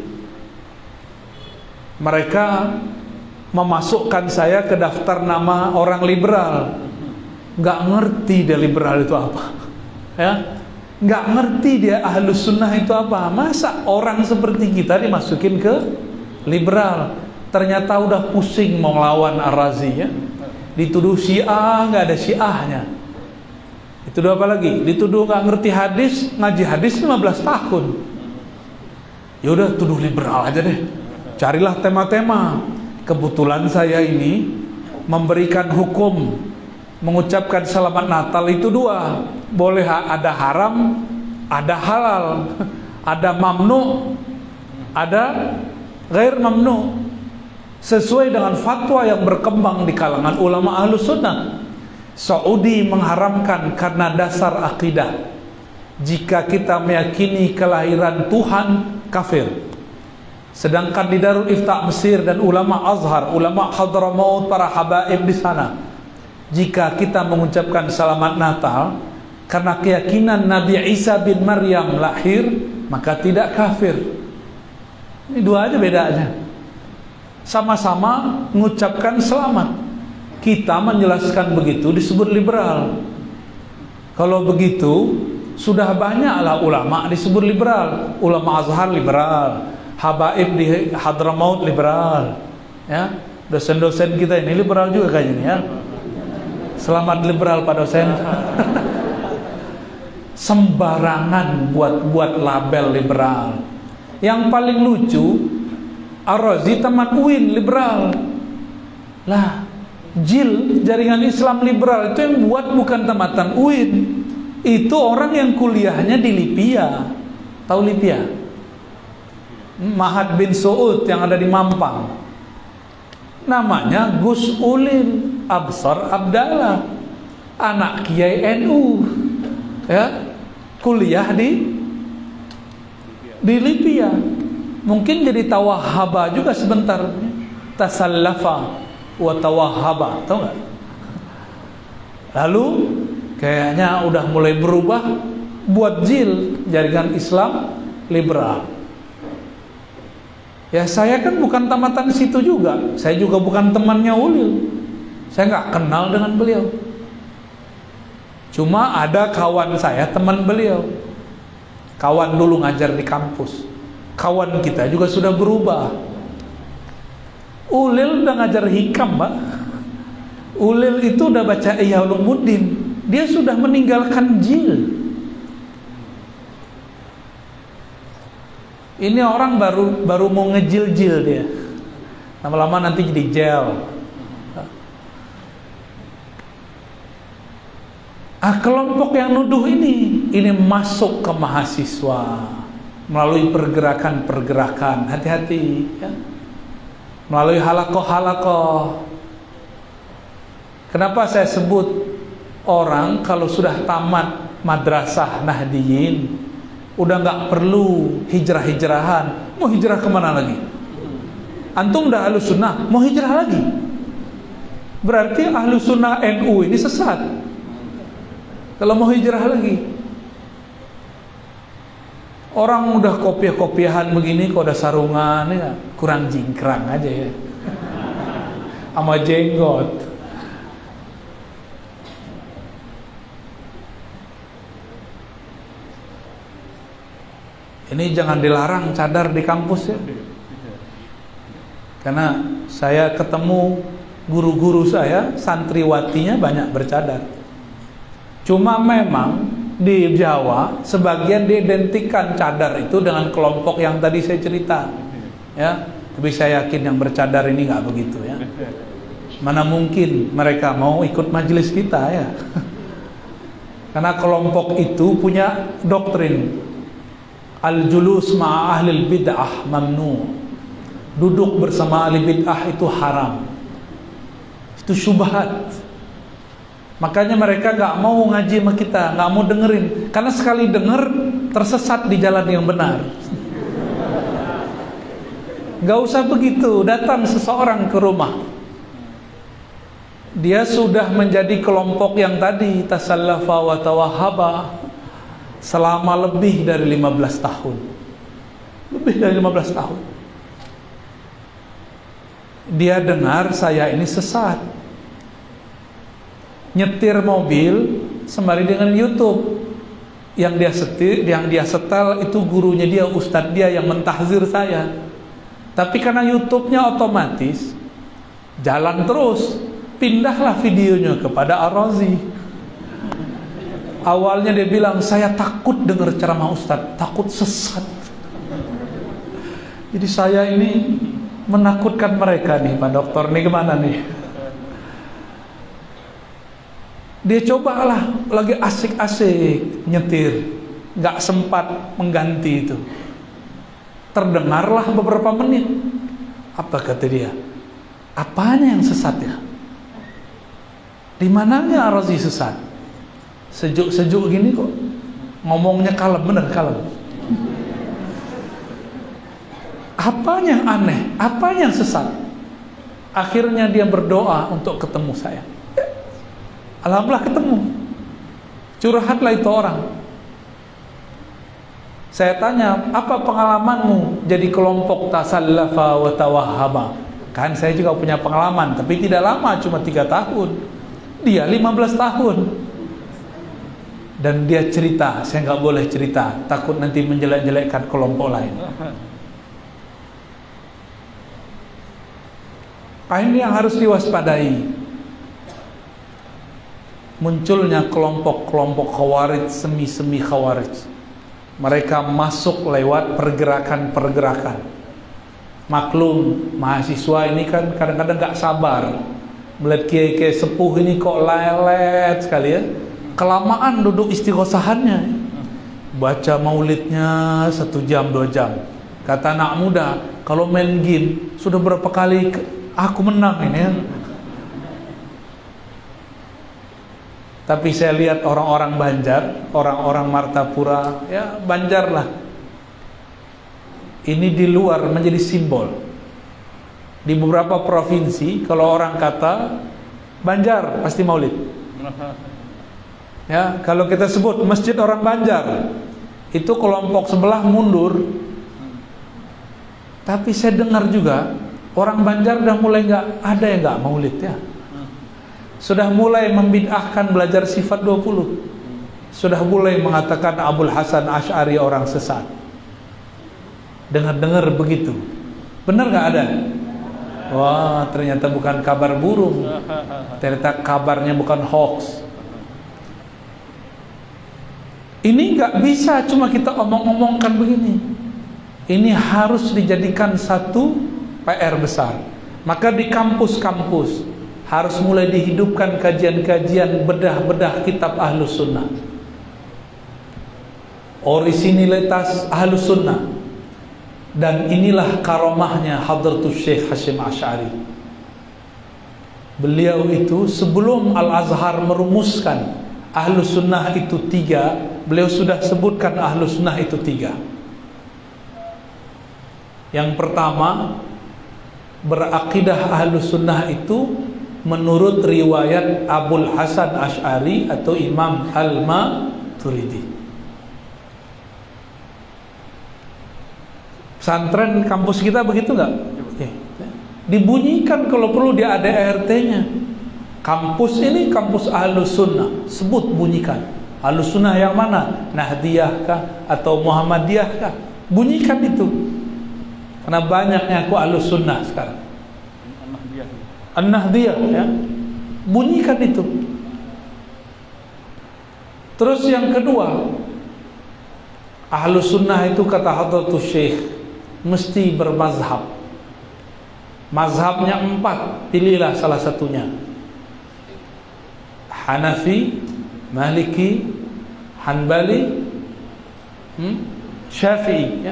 mereka memasukkan saya ke daftar nama orang liberal. Nggak ngerti dia liberal itu apa, ya. Nggak ngerti dia ahlus sunnah itu apa. Masa orang seperti kita dimasukin ke liberal? Ternyata udah pusing mau melawan Ar-Razi, ya. Dituduh Syiah, nggak ada Syiahnya. Dituduh apa lagi? Dituduh nggak ngerti hadis, ngaji hadis 15 tahun. Ya udah, tuduh liberal aja deh. Carilah tema-tema. Kebetulan saya ini memberikan hukum mengucapkan selamat Natal itu dua. Boleh ada haram, ada halal, ada mamnu, ada ghair mamnu. Sesuai dengan fatwa yang berkembang di kalangan ulama ahlus sunnah. Saudi mengharamkan karena dasar akidah. Jika kita meyakini kelahiran Tuhan, kafir. Sedangkan di Darul Ifta Mesir dan ulama Azhar, ulama Hadramaut, para habaib di sana, jika kita mengucapkan selamat Natal karena keyakinan Nabi Isa bin Maryam lahir, maka tidak kafir. Ini dua aja bedanya. Sama-sama mengucapkan selamat. Kita menjelaskan begitu disebut liberal. Kalau begitu sudah banyaklah ulama disebut liberal. Ulama Azhar liberal, habaib di Hadramaut liberal, ya. Dosen-dosen kita ini liberal juga kayaknya, ya. Selamat liberal Pak dosen. Sembarangan buat label liberal. Yang paling lucu, Ar-Razi tamat UIN liberal. Lah, JIL, Jaringan Islam Liberal, itu yang buat bukan tamatan UIN. Itu orang yang kuliahnya di Lipia. Tahu Lipia? Mahat bin Suud yang ada di Mampang. Namanya Gus Ulil Absar Abdallah, anak Kiai NU, ya, kuliah di Lipia. Mungkin jadi tawahhaba juga sebentar. Tasallafa wa tawahhaba, tahu nggak? Lalu kayaknya udah mulai berubah buat JIL, Jaringan Islam Liberal. Ya saya kan bukan tamatan situ juga. Saya juga bukan temannya Ulil. Saya nggak kenal dengan beliau. Cuma ada kawan saya, teman beliau. Kawan dulu ngajar di kampus. Kawan kita juga sudah berubah. Ulil udah ngajar hikam, Pak. Ulil itu udah baca Ihya Ulumuddin. Dia sudah meninggalkan JIL. Ini orang baru mau ngejil-jil dia. Lama-lama nanti jadi gel. Kelompok yang nuduh ini masuk ke mahasiswa melalui pergerakan-pergerakan. Hati-hati, ya. Melalui halakoh-halakoh. Kenapa saya sebut orang kalau sudah tamat madrasah Nahdiyin udah nggak perlu hijrah-hijrahan. Mau hijrah kemana lagi? Antum udah ahlus sunnah, mau hijrah lagi? Berarti ahlus sunnah NU ini sesat. Kalau mau hijrah lagi, orang udah kopiah-kopiahan begini, kok ada sarungan, ya kurang jingkrang aja ya, sama jenggot. Ini jangan dilarang cadar di kampus, ya. Karena saya ketemu guru-guru saya, santriwatinya banyak bercadar. Cuma memang di Jawa sebagian diidentikan cadar itu dengan kelompok yang tadi saya cerita, ya. Tapi saya yakin yang bercadar ini nggak begitu, ya. Mana mungkin mereka mau ikut majelis kita, ya. Karena kelompok itu punya doktrin al-julus ma'a ahlil bid'ah mamnu. Duduk bersama ahli bid'ah itu haram. Itu syubhat. Makanya mereka gak mau ngaji sama kita, gak mau dengerin. Karena sekali denger tersesat di jalan yang benar. Gak usah begitu, datang seseorang ke rumah, dia sudah menjadi kelompok yang tadi tasallafa wa tawahhaba selama lebih dari 15 tahun. Lebih dari 15 tahun. Dia dengar saya ini sesat. Nyetir mobil sembari dengan YouTube. Yang dia setel itu gurunya dia, ustadz dia yang mentahzir saya. Tapi karena YouTube-nya otomatis jalan terus, pindahlah videonya kepada Ar-Razi. Awalnya dia bilang, saya takut dengar ceramah ustadz, takut sesat. Jadi saya ini menakutkan mereka nih, Pak Dokter, nih gimana nih? Dia cobalah, lagi asik-asik nyetir, gak sempat mengganti itu. Terdengarlah beberapa menit. Apa kata dia? Apanya yang sesat ya? Di mananya Ar-Razi sesat? Sejuk-sejuk gini kok ngomongnya kalem, bener kalem. Apanya yang aneh? Apanya yang sesat? Akhirnya dia berdoa untuk ketemu saya. Alhamdulillah ketemu. Curhatlah itu orang. Saya tanya, apa pengalamanmu jadi kelompok tasallafa wa tawahhaba? Kan saya juga punya pengalaman, tapi tidak lama, cuma 3 tahun. Dia 15 tahun. Dan dia cerita, saya nggak boleh cerita, takut nanti menjelek-jelekkan kelompok lain. Ini yang harus diwaspadai. Munculnya kelompok-kelompok khawarij, semi-semi khawarij. Mereka masuk lewat pergerakan-pergerakan. Maklum, mahasiswa ini kan kadang-kadang gak sabar melihat kiai-kiai sepuh ini kok lelet sekali ya. Kelamaan duduk istighosahannya, baca maulidnya 1 jam 2 jam. Kata anak muda, kalau main game sudah berapa kali aku menang ini ya. Tapi saya lihat orang-orang Banjar, orang-orang Martapura, ya Banjar lah. Ini di luar menjadi simbol. Di beberapa provinsi, kalau orang kata Banjar, pasti maulid. Ya, kalau kita sebut masjid orang Banjar, itu kelompok sebelah mundur. Tapi saya dengar juga, orang Banjar udah mulai ada yang nggak maulid ya. Sudah mulai membid'ahkan belajar sifat 20. Sudah mulai mengatakan Abul Hasan Asy'ari orang sesat. Dengar-dengar begitu. Benar gak ada? Wah, ternyata bukan kabar burung. Ternyata kabarnya bukan hoax. Ini gak bisa cuma kita omong-omongkan begini. Ini harus dijadikan satu PR besar. Maka di kampus-kampus harus mulai dihidupkan kajian-kajian bedah-bedah kitab Ahlus Sunnah. Orisinilitas Ahlus Sunnah. Dan inilah karomahnya Hadratus Syekh Hasyim Asy'ari. Beliau itu sebelum Al-Azhar merumuskan Ahlus Sunnah itu 3, beliau sudah sebutkan Ahlus Sunnah itu 3. Yang pertama, berakidah Ahlus Sunnah itu menurut riwayat Abul Hasan Asy'ari atau Imam Al-Maturidi. Pesantren kampus kita begitu nggak? Dibunyikan kalau perlu di ADRT-nya. Kampus ini kampus Ahlus Sunnah, sebut bunyikan. Ahlus Sunnah yang mana? Nahdiyah kah atau Muhammadiyah kah? Bunyikan itu. Karena banyaknya aku Ahlus Sunnah sekarang. An-Nahdiyah ya. Bunyikan itu. Terus yang kedua, Ahlus Sunnah itu kata Hadratus Syekh mesti bermazhab. Mazhabnya 4, pilihlah salah satunya. Hanafi, Maliki, Hanbali, Syafi'i ya.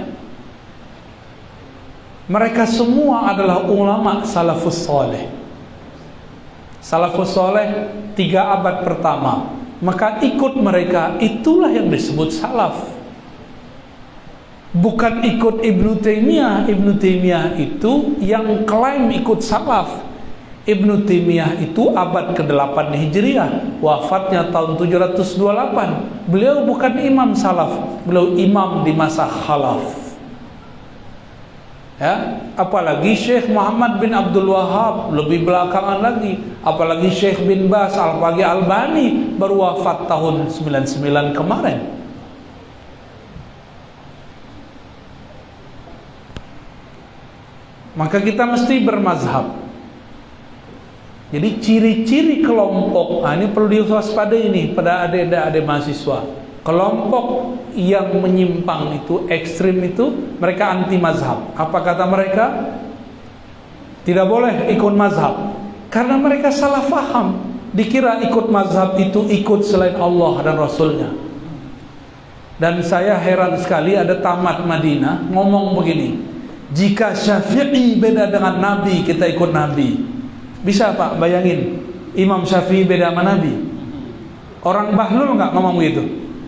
Mereka semua adalah ulama salafus saleh. Salafus saleh 3 abad pertama. Maka ikut mereka, itulah yang disebut salaf. bukan ikut Ibnu Taimiyah. Ibnu Taimiyah itu yang klaim ikut salaf. Ibnu Taimiyah itu abad ke-8 Hijriah, wafatnya tahun 728. Beliau bukan imam salaf, beliau imam di masa khalaf. Ya, apalagi Syekh Muhammad bin Abdul Wahab lebih belakangan lagi, apalagi Syekh bin Bas, apalagi Albani baru wafat tahun 99 kemarin. Maka kita mesti bermazhab. Jadi ciri-ciri kelompok, ini perlu diwaspadai ini pada adik-adik mahasiswa. Kelompok yang menyimpang itu, ekstrim itu, mereka anti mazhab. Apa kata mereka? Tidak boleh ikut mazhab, karena mereka salah faham. Dikira ikut mazhab itu ikut selain Allah dan Rasulnya. Dan saya heran sekali, ada tamat Madinah ngomong begini, jika Syafi'i beda dengan Nabi, kita ikut Nabi. Bisa Pak bayangin, Imam Syafi'i beda sama Nabi? Orang Bahlul nggak ngomong begitu?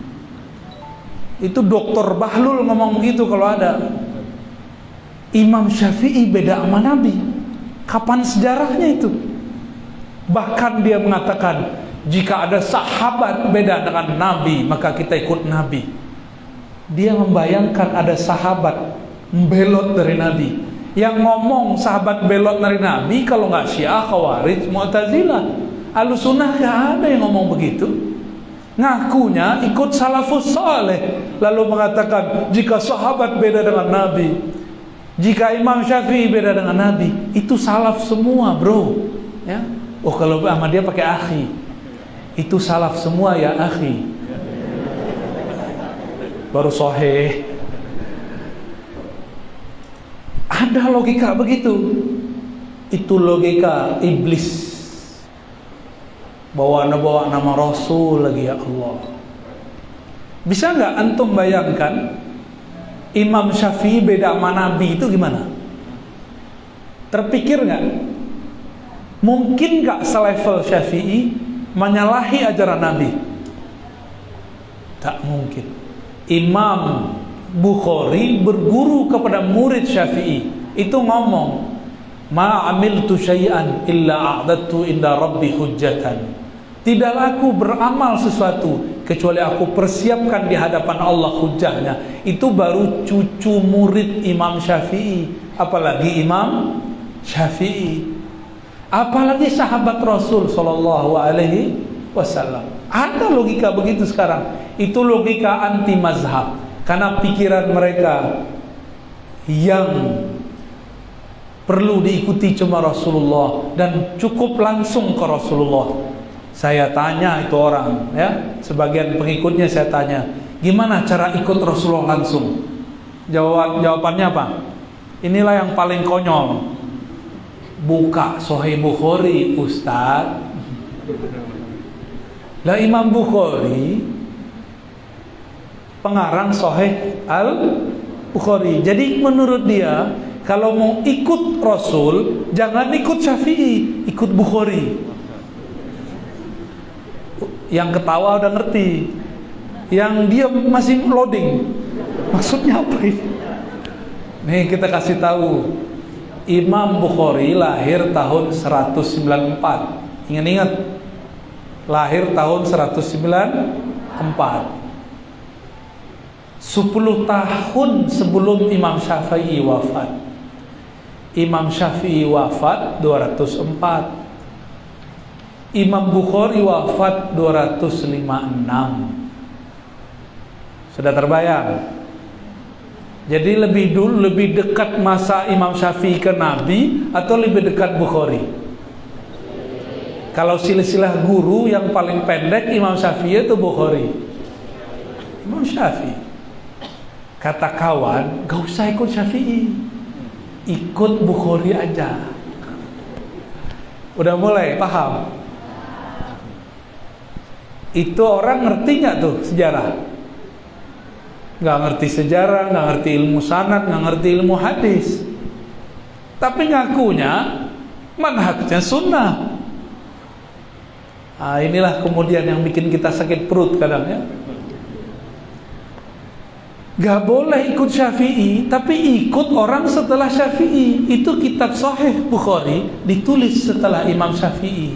Itu Doktor Bahlul ngomong begitu kalau ada. Imam Syafi'i beda sama Nabi. Kapan sejarahnya itu? Bahkan dia mengatakan, jika ada sahabat beda dengan Nabi, maka kita ikut Nabi. Dia membayangkan ada sahabat belot dari Nabi. Yang ngomong sahabat belot dari Nabi kalau nggak Syiah, Khawarij, Mu'tazilah. Ahlussunnah nggak ada yang ngomong begitu. Ngakunya ikut salafus saleh, lalu mengatakan jika sahabat beda dengan Nabi, jika Imam Syafi'i beda dengan Nabi, itu salaf semua bro. Ya, oh kalau sama dia pakai akhi, itu salaf semua ya akhi, baru sahih. Ada logika begitu. Itu logika iblis. Bawa nama Rasul lagi, ya Allah. Bisa nggak antum bayangkan Imam Syafi'i beda sama Nabi itu gimana? Terpikir nggak? Mungkin nggak selevel Syafi'i menyalahi ajaran Nabi? Tak mungkin. Imam Bukhari berguru kepada murid Syafi'i, itu ngomong, ma amiltu syai'an illa a'dadtu inda rabbi hujjatan. Tidaklah aku beramal sesuatu kecuali aku persiapkan di hadapan Allah hujahnya. Itu baru cucu murid Imam Syafi'i, apalagi Imam Syafi'i, apalagi sahabat Rasul sallallahu alaihi wasallam. Ada logika begitu sekarang. Itu logika anti mazhab, karena pikiran mereka yang perlu diikuti cuma Rasulullah dan cukup langsung ke Rasulullah. Saya tanya itu orang, ya, sebagian pengikutnya saya tanya, gimana cara ikut Rasulullah langsung? Jawabannya apa? Inilah yang paling konyol. Buka Sahih Bukhari, Ustaz. Lah Imam Bukhari pengarang Sahih Al-Bukhari. Jadi menurut dia, kalau mau ikut Rasul, jangan ikut Syafi'i, ikut Bukhari. Yang ketawa udah ngerti, yang dia masih loading. Maksudnya apa ini? Nih kita kasih tahu, Imam Bukhari lahir tahun 194. Ingat-ingat, lahir tahun 194. 10 tahun sebelum Imam Syafi'i wafat. Imam Syafi'i wafat 204. Imam Bukhari wafat 256. Sudah terbayang? Jadi lebih dekat masa Imam Syafi'i ke Nabi atau lebih dekat Bukhari? Kalau silsilah guru yang paling pendek Imam Syafi'i itu Bukhari. Imam Syafi'i. Kata kawan, gak usah ikut Syafi'i, ikut Bukhari aja. Udah mulai paham? Itu orang ngerti gak tuh sejarah? Gak ngerti sejarah, gak ngerti ilmu sanad, gak ngerti ilmu hadis, tapi ngakunya manhajnya sunnah. Nah, inilah kemudian yang bikin kita sakit perut kadang, ya. Gak boleh ikut Syafi'i, tapi ikut orang setelah Syafi'i. Itu kitab Sahih Bukhari ditulis setelah Imam Syafi'i.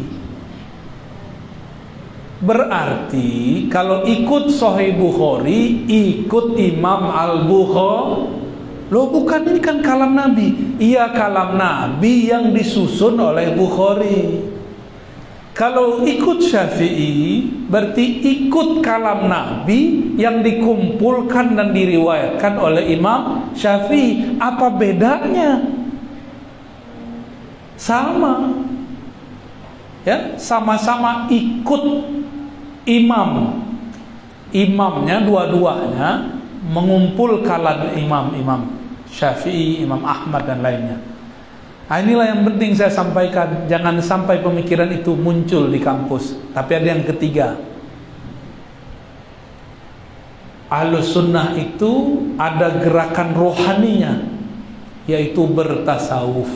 Berarti kalau ikut Sahih Bukhari, ikut Imam Al-Bukhari. Loh, bukan, ini kan kalam Nabi. Iya, kalam Nabi yang disusun oleh Bukhari. Kalau ikut Syafi'i, berarti ikut kalam Nabi yang dikumpulkan dan diriwayatkan oleh Imam Syafi'i. Apa bedanya? Sama. Ya, sama-sama ikut imam. Imamnya dua-duanya mengumpulkan imam-imam Syafi'i, Imam Ahmad dan lainnya. Nah, inilah yang penting saya sampaikan. Jangan sampai pemikiran itu muncul di kampus. Tapi ada yang ketiga. Ahlus sunnah itu ada gerakan rohaninya, yaitu bertasawuf.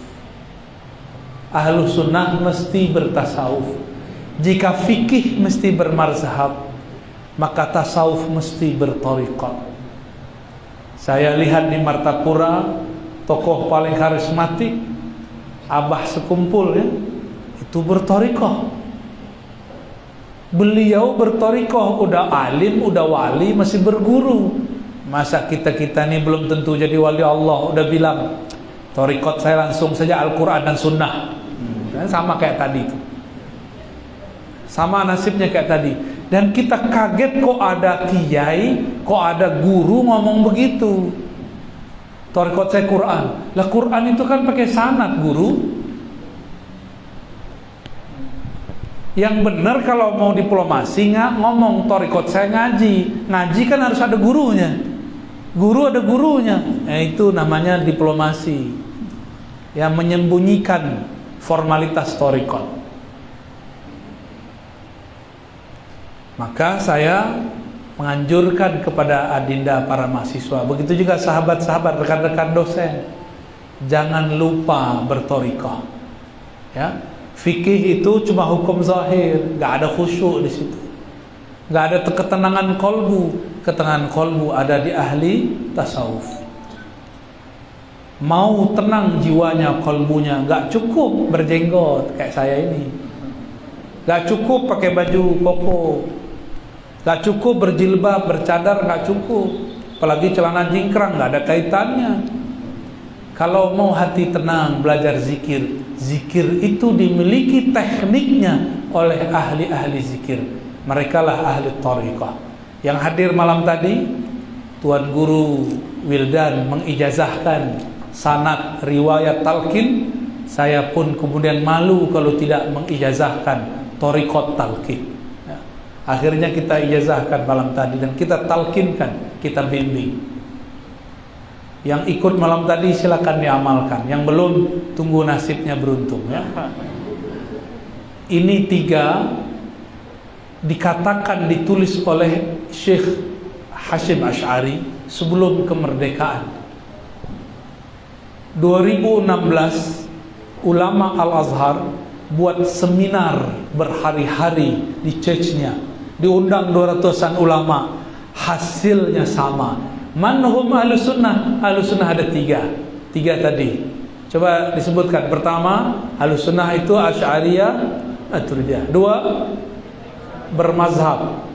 Ahlus sunnah mesti bertasawuf. Jika fikih mesti bermazhab, maka tasawuf mesti berthariqah. Saya lihat di Martapura, tokoh paling karismatik, abah sekumpul ya, itu berthariqah. Beliau berthariqah, udah alim, udah wali, masih berguru. Masa kita-kita ini belum tentu jadi wali Allah, udah bilang thariqah saya langsung saja Al-Quran dan Sunnah. Sama kayak tadi itu. Sama nasibnya kayak tadi. Dan kita kaget kok ada kiai, kok ada guru ngomong begitu. Thariqat saya Quran. Lah Quran itu kan pakai sanad, guru. Yang benar kalau mau diplomasi nggak ngomong thariqat saya ngaji. Ngaji kan harus ada gurunya. Guru ada gurunya. Itu namanya diplomasi. Yang menyembunyikan formalitas thariqat. Maka saya menganjurkan kepada adinda para mahasiswa, begitu juga sahabat-sahabat, rekan-rekan dosen, jangan lupa berthariqah. Ya, fikih itu cuma hukum zahir, nggak ada khusyuk di situ, nggak ada ketenangan kolbu. Ketenangan kolbu ada di ahli tasawuf. Mau tenang jiwanya, kolbunya, nggak cukup berjenggot kayak saya ini, nggak cukup pakai baju koko, gak cukup berjilbab, bercadar, gak cukup. Apalagi celana jingkrang, gak ada kaitannya. Kalau mau hati tenang, belajar zikir. Zikir itu dimiliki tekniknya oleh ahli-ahli zikir. Mereka lah ahli thariqah. Yang hadir malam tadi, Tuan Guru Wildan mengijazahkan sanad riwayat talqin. Saya pun kemudian malu kalau tidak mengijazahkan thariqat talqin. Akhirnya kita ijazahkan malam tadi dan kita talqinkan, kita bimbing. Yang ikut malam tadi silakan diamalkan. Yang belum, tunggu nasibnya beruntung ya. Ini 3 dikatakan ditulis oleh Syekh Hashim Asy'ari sebelum kemerdekaan. 2016 ulama Al-Azhar buat seminar berhari-hari di Chechnya. Diundang 200-an ulama. Hasilnya sama. Manhum ahlus sunnah. Ahlus sunnah ada 3 tadi. Coba disebutkan. Pertama, ahlus sunnah itu Asy'ariyah, Maturidiyah. 2, bermazhab.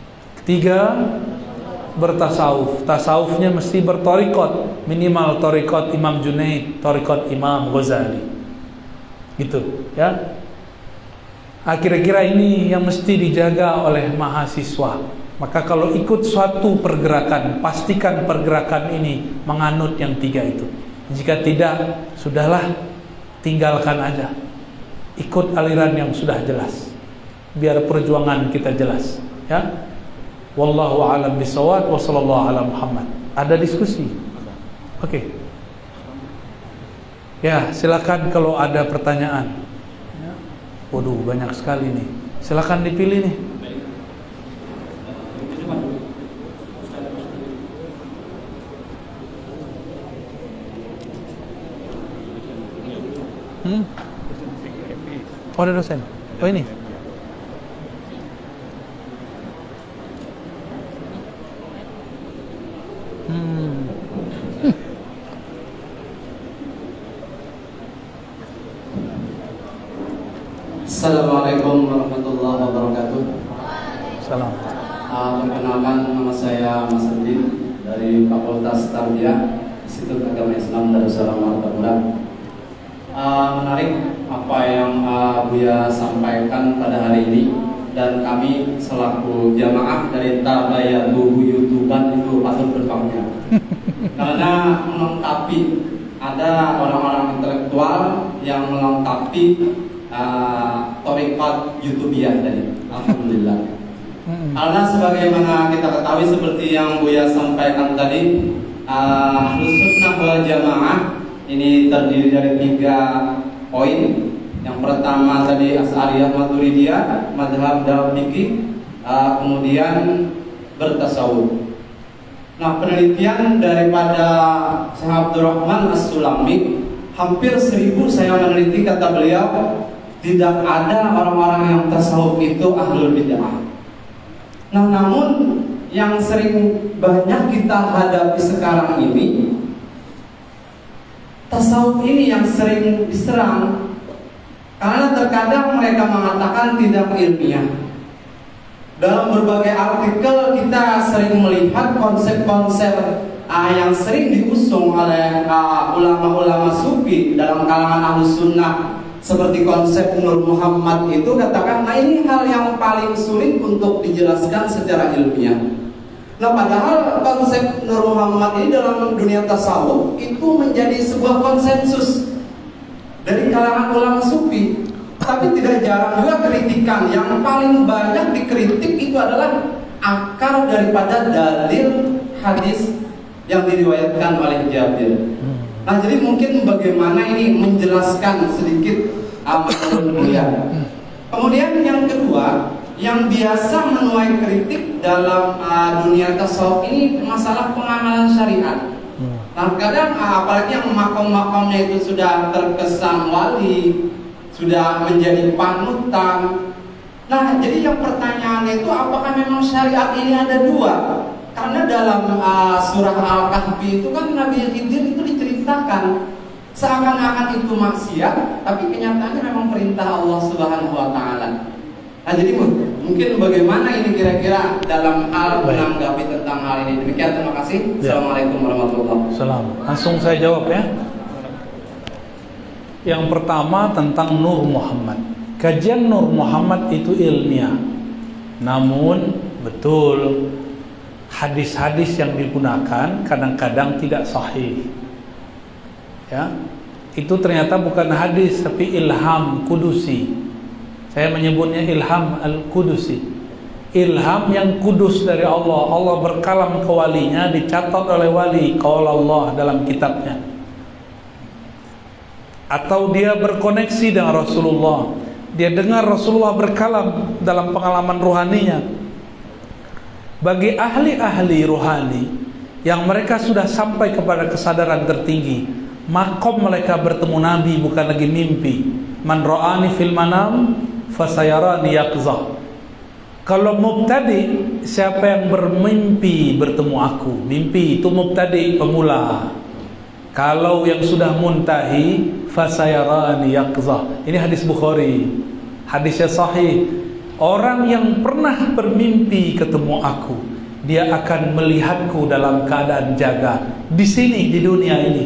3, bertasawuf. Tasawufnya mesti berthariqat. Minimal thariqat Imam Junaid, thariqat Imam Ghazali. Gitu ya. Kira-kira ini yang mesti dijaga oleh mahasiswa. Maka kalau ikut suatu pergerakan, pastikan pergerakan ini menganut yang 3 itu. Jika tidak, sudahlah, tinggalkan aja. Ikut aliran yang sudah jelas, biar perjuangan kita jelas ya. Wallahu a'lam bishawab wa sallallahu ala Muhammad. Ada diskusi? Oke. Ya, silakan kalau ada pertanyaan. Waduh, banyak sekali nih. Silakan dipilih nih. Oh, ada dosen. Oh, ini. Assalamualaikum warahmatullahi wabarakatuh. Salam. Perkenalkan, nama saya Mas Udin dari Fakultas Tarbiyah Institut Agama Islam Darussalam Martapura. Menarik apa yang Buya sampaikan pada hari ini, dan kami selaku jamaah dari Tabayatu Buyutuban itu patut berbangga karena melengkapi, ada orang-orang intelektual yang melengkapi thariqat YouTubiah tadi. Alhamdulillah. Karena sebagaimana kita ketahui, seperti yang Buya sampaikan tadi, Ahlus Sunnah wal Jamaah ini terdiri dari 3 poin. Yang pertama tadi Asy'ariyah Maturidiyah, madhab dalam fikih, kemudian bertasawuf. Nah, penelitian daripada Syekh Abdurrahman As-Sulami, hampir 1000 saya meneliti, kata beliau, tidak ada orang-orang yang tasawuf itu ahlul bid'ah. Nah, namun yang sering banyak kita hadapi sekarang ini, tasawuf ini yang sering diserang karena terkadang mereka mengatakan tidak ilmiah. Dalam berbagai artikel kita sering melihat konsep-konsep yang sering diusung oleh ulama-ulama sufi dalam kalangan Ahlus Sunnah, seperti konsep Nur Muhammad itu, katakan, nah ini hal yang paling sulit untuk dijelaskan secara ilmiah. Nah, padahal konsep Nur Muhammad ini dalam dunia tasawuf itu menjadi sebuah konsensus dari kalangan ulama sufi. Tapi tidak jarang juga kritikan. Yang paling banyak dikritik itu adalah akar daripada dalil hadis yang diriwayatkan oleh Jabir. Nah, jadi mungkin bagaimana ini menjelaskan sedikit Buya. Kemudian yang kedua, yang biasa menuai kritik dalam dunia tasawuf ini masalah pengamalan syariat. Nah, kadang apalagi yang makom-makomnya itu sudah terkesan wali, sudah menjadi panutan. Nah, jadi yang pertanyaannya itu, apakah memang syariat ini ada 2? Karena dalam surah Al-Kahfi itu kan Nabi Khidir itu diceritakan seakan-akan itu maksiat, tapi kenyataannya memang perintah Allah Subhanahu wa Ta'ala. Nah, jadi mungkin bagaimana ini kira-kira dalam hal menanggapi tentang hal ini. Demikian, terima kasih. Assalamualaikum warahmatullahi wabarakatuh. Langsung saya jawab ya. Yang pertama tentang Nur Muhammad. Kajian Nur Muhammad itu ilmiah. Namun betul, hadis-hadis yang digunakan kadang-kadang tidak sahih. Ya, itu ternyata bukan hadis tapi ilham kudusi. Saya menyebutnya ilham al-kudusi. Ilham yang kudus dari Allah. Allah berkalam ke walinya, dicatat oleh wali qaul Allah dalam kitabnya. Atau dia berkoneksi dengan Rasulullah. Dia dengar Rasulullah berkalam dalam pengalaman ruhaninya. Bagi ahli-ahli ruhani yang mereka sudah sampai kepada kesadaran tertinggi, makom mereka bertemu Nabi bukan lagi mimpi. Man ra'ani fil manam fasayarani yaqzah. Kalau mubtadi, siapa yang bermimpi bertemu aku, mimpi itu mubtadi, pemula. Kalau yang sudah muntahi, fasayarani yaqzah. Ini hadis Bukhari, hadisnya sahih. Orang yang pernah bermimpi ketemu aku, dia akan melihatku dalam keadaan jaga di sini, di dunia ini.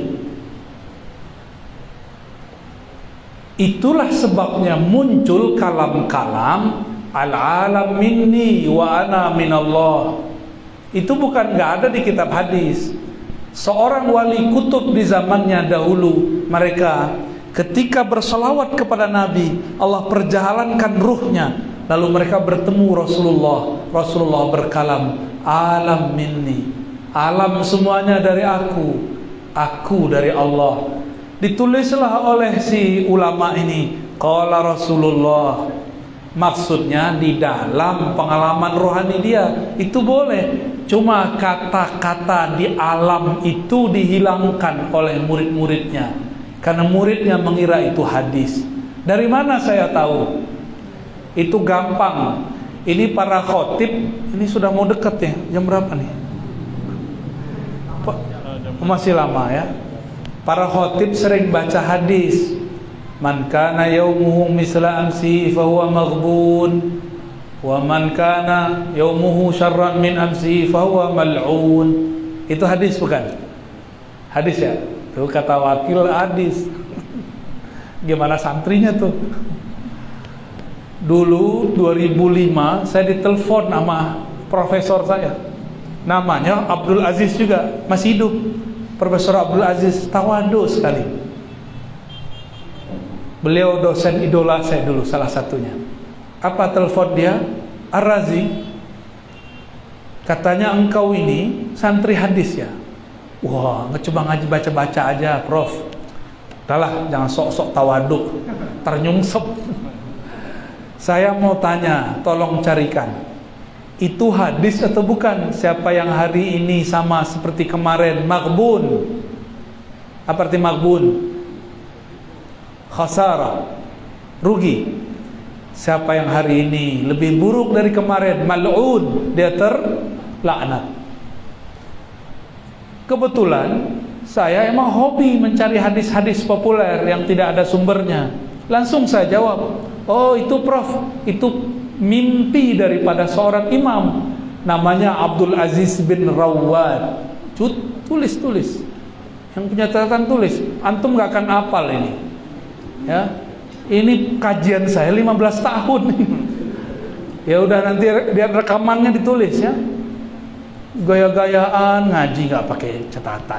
Itulah sebabnya muncul kalam-kalam al-alam minni wa ana minallah. Itu bukan nggak ada di kitab hadis. Seorang wali kutub di zamannya dahulu, mereka ketika berselawat kepada Nabi, Allah perjalankan ruhnya, lalu mereka bertemu Rasulullah. Rasulullah berkalam, alam minni, alam semuanya dari aku dari Allah. Ditulislah oleh si ulama ini, qala Rasulullah. Maksudnya di dalam pengalaman rohani dia itu boleh. Cuma kata-kata di alam itu dihilangkan oleh murid-muridnya, karena muridnya mengira itu hadis. Dari mana saya tahu? Itu gampang. Ini para khotib, ini sudah mau dekat ya. Jam berapa nih? Masih lama ya. Para khotib sering baca hadis, man kana yaumuhu misla amsi fahuwa maghbun, wa man kana yaumuhu syarran min amsi fahuwa mal'un. Itu hadis bukan? Hadis ya? Tuh kata wakil hadis. Gimana santrinya tuh? Dulu 2005 saya ditelepon sama profesor saya, namanya Abdul Aziz juga, masih hidup. Profesor Abdul Aziz, tawadu sekali. Beliau dosen idola saya dulu, salah satunya. Apa telepon dia? Ar-Razi, katanya engkau ini santri hadis ya? Wah, coba ngaji baca-baca aja, Prof. Udahlah, jangan sok-sok tawadu, ternyungsep. Saya mau tanya, tolong carikan, itu hadis atau bukan? Siapa yang hari ini sama seperti kemarin maghbun? Apa arti maghbun? Khasara, rugi. Siapa yang hari ini lebih buruk dari kemarin, mal'un, dia terlaknat. Kebetulan saya emang hobi mencari hadis-hadis populer yang tidak ada sumbernya. Langsung saya jawab, oh itu Prof, itu mimpi daripada seorang imam namanya Abdul Aziz bin Rawad. Tulis yang punya catatan tulis, antum gak akan hafal ini ya. Ini kajian saya 15 tahun. Ya udah, nanti dia rekamannya ditulis ya. Gaya-gayaan ngaji gak pakai catatan.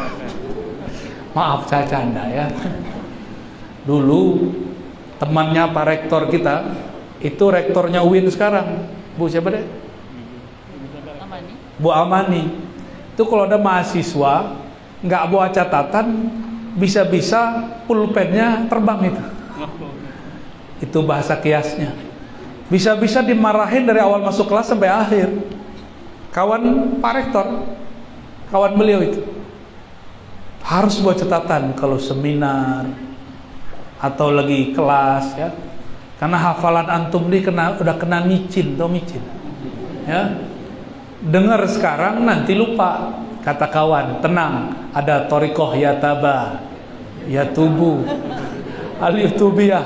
Maaf saya canda ya. Dulu temannya Pak Rektor kita, itu rektornya UIN sekarang, Bu siapa deh? Bu Amani. Itu kalau ada mahasiswa nggak bawa catatan, bisa-bisa pulpennya terbang itu. Itu bahasa kiasnya. Bisa-bisa dimarahin dari awal masuk kelas sampai akhir. Kawan Pak Rektor, kawan beliau itu harus bawa catatan kalau seminar atau lagi kelas ya. Karena hafalan antum ini udah kena micin, tau micin ya. Dengar sekarang nanti lupa. Kata kawan, tenang, ada thoriqoh yataba, yatubu, al-yutubiyah.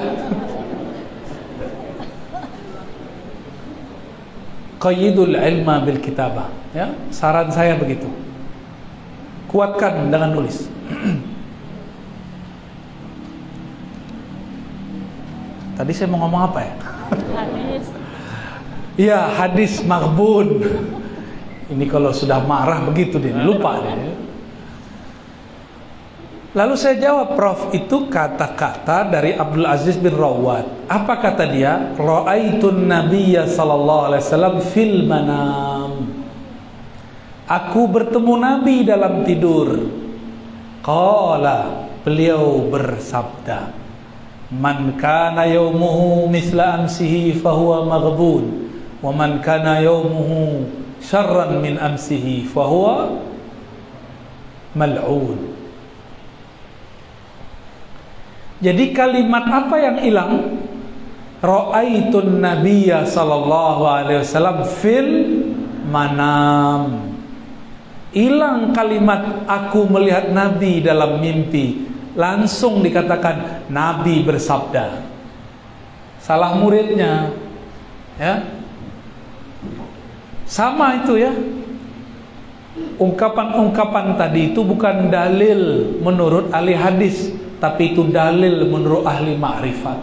Qayyidul ilma bil kitabah ya. Saran saya begitu. Kuatkan dengan nulis. Tadi saya mau ngomong apa ya? Hadis. Iya, hadis maghbun. Ini kalau sudah marah begitu deh, lupa deh. Lalu saya jawab, Prof, itu kata-kata dari Abdul Aziz bin Rawad. Apa kata dia? Ra'aitun Nabiyya sallallahu alaihi wasallam fil manam. Aku bertemu Nabi dalam tidur. Qala, beliau bersabda, man kana yaumuhu misla amsihi fahuwa maghbun, wa man kana yaumuhu syarran min amsihi fahuwa mal'un. Jadi kalimat apa yang hilang? Ra'aitun Nabiyya sallallahu alaihi wasallam fil manam. Hilang kalimat aku melihat Nabi dalam mimpi. Langsung dikatakan Nabi bersabda. Salah muridnya ya. Sama itu ya. Ungkapan-ungkapan tadi itu bukan dalil menurut ahli hadis, tapi itu dalil menurut ahli ma'rifat.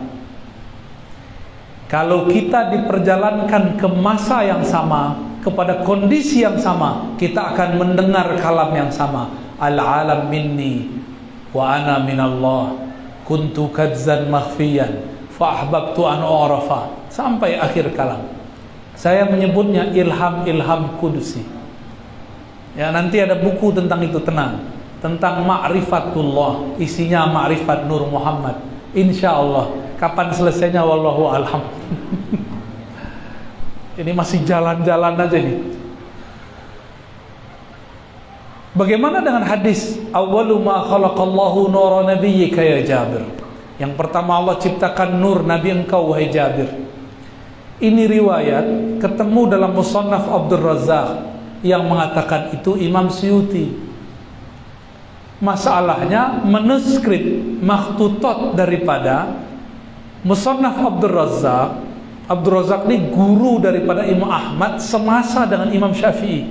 Kalau kita diperjalankan ke masa yang sama, kepada kondisi yang sama, kita akan mendengar kalam yang sama. Al-alam minni wa ana minallah, kuntu kadzan makhfiyan fa ahbabtu an u'rafa, sampai akhir kalam. Saya menyebutnya ilham kudusi. Ya, nanti ada buku tentang itu, tenang, tentang ma'rifatullah, isinya ma'rifat Nur Muhammad. Insyaallah. Kapan selesainya wallahu alam. Ini masih jalan-jalan aja nih. Bagaimana dengan hadis awwalu ma khalaqallahu nura nabiyyika ya Jabir? Yang pertama Allah ciptakan nur Nabi engkau wahai Jabir. Ini riwayat ketemu dalam Musannaf Abdul Razzaq yang mengatakan itu Imam Suyuti. Masalahnya manuskrip makhtutot daripada Musannaf Abdul Razak ini guru daripada Imam Ahmad semasa dengan Imam Syafi'i.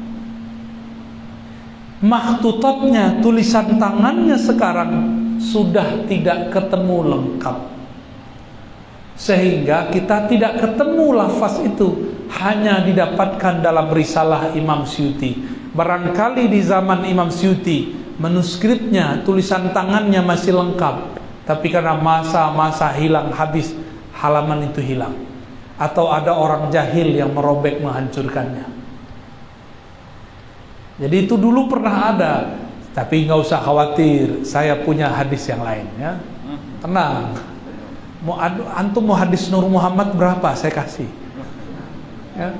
Makhtutotnya, tulisan tangannya sekarang sudah tidak ketemu lengkap, sehingga kita tidak ketemu lafaz itu, hanya didapatkan dalam risalah Imam Suyuti. Barangkali di zaman Imam Suyuti manuskripnya, tulisan tangannya masih lengkap, tapi karena masa-masa hilang, habis, halaman itu hilang, atau ada orang jahil yang merobek menghancurkannya. Jadi itu dulu pernah ada, tapi nggak usah khawatir, saya punya hadis yang lain ya. Tenang. Antum mau hadis Nur Muhammad berapa saya kasih ya.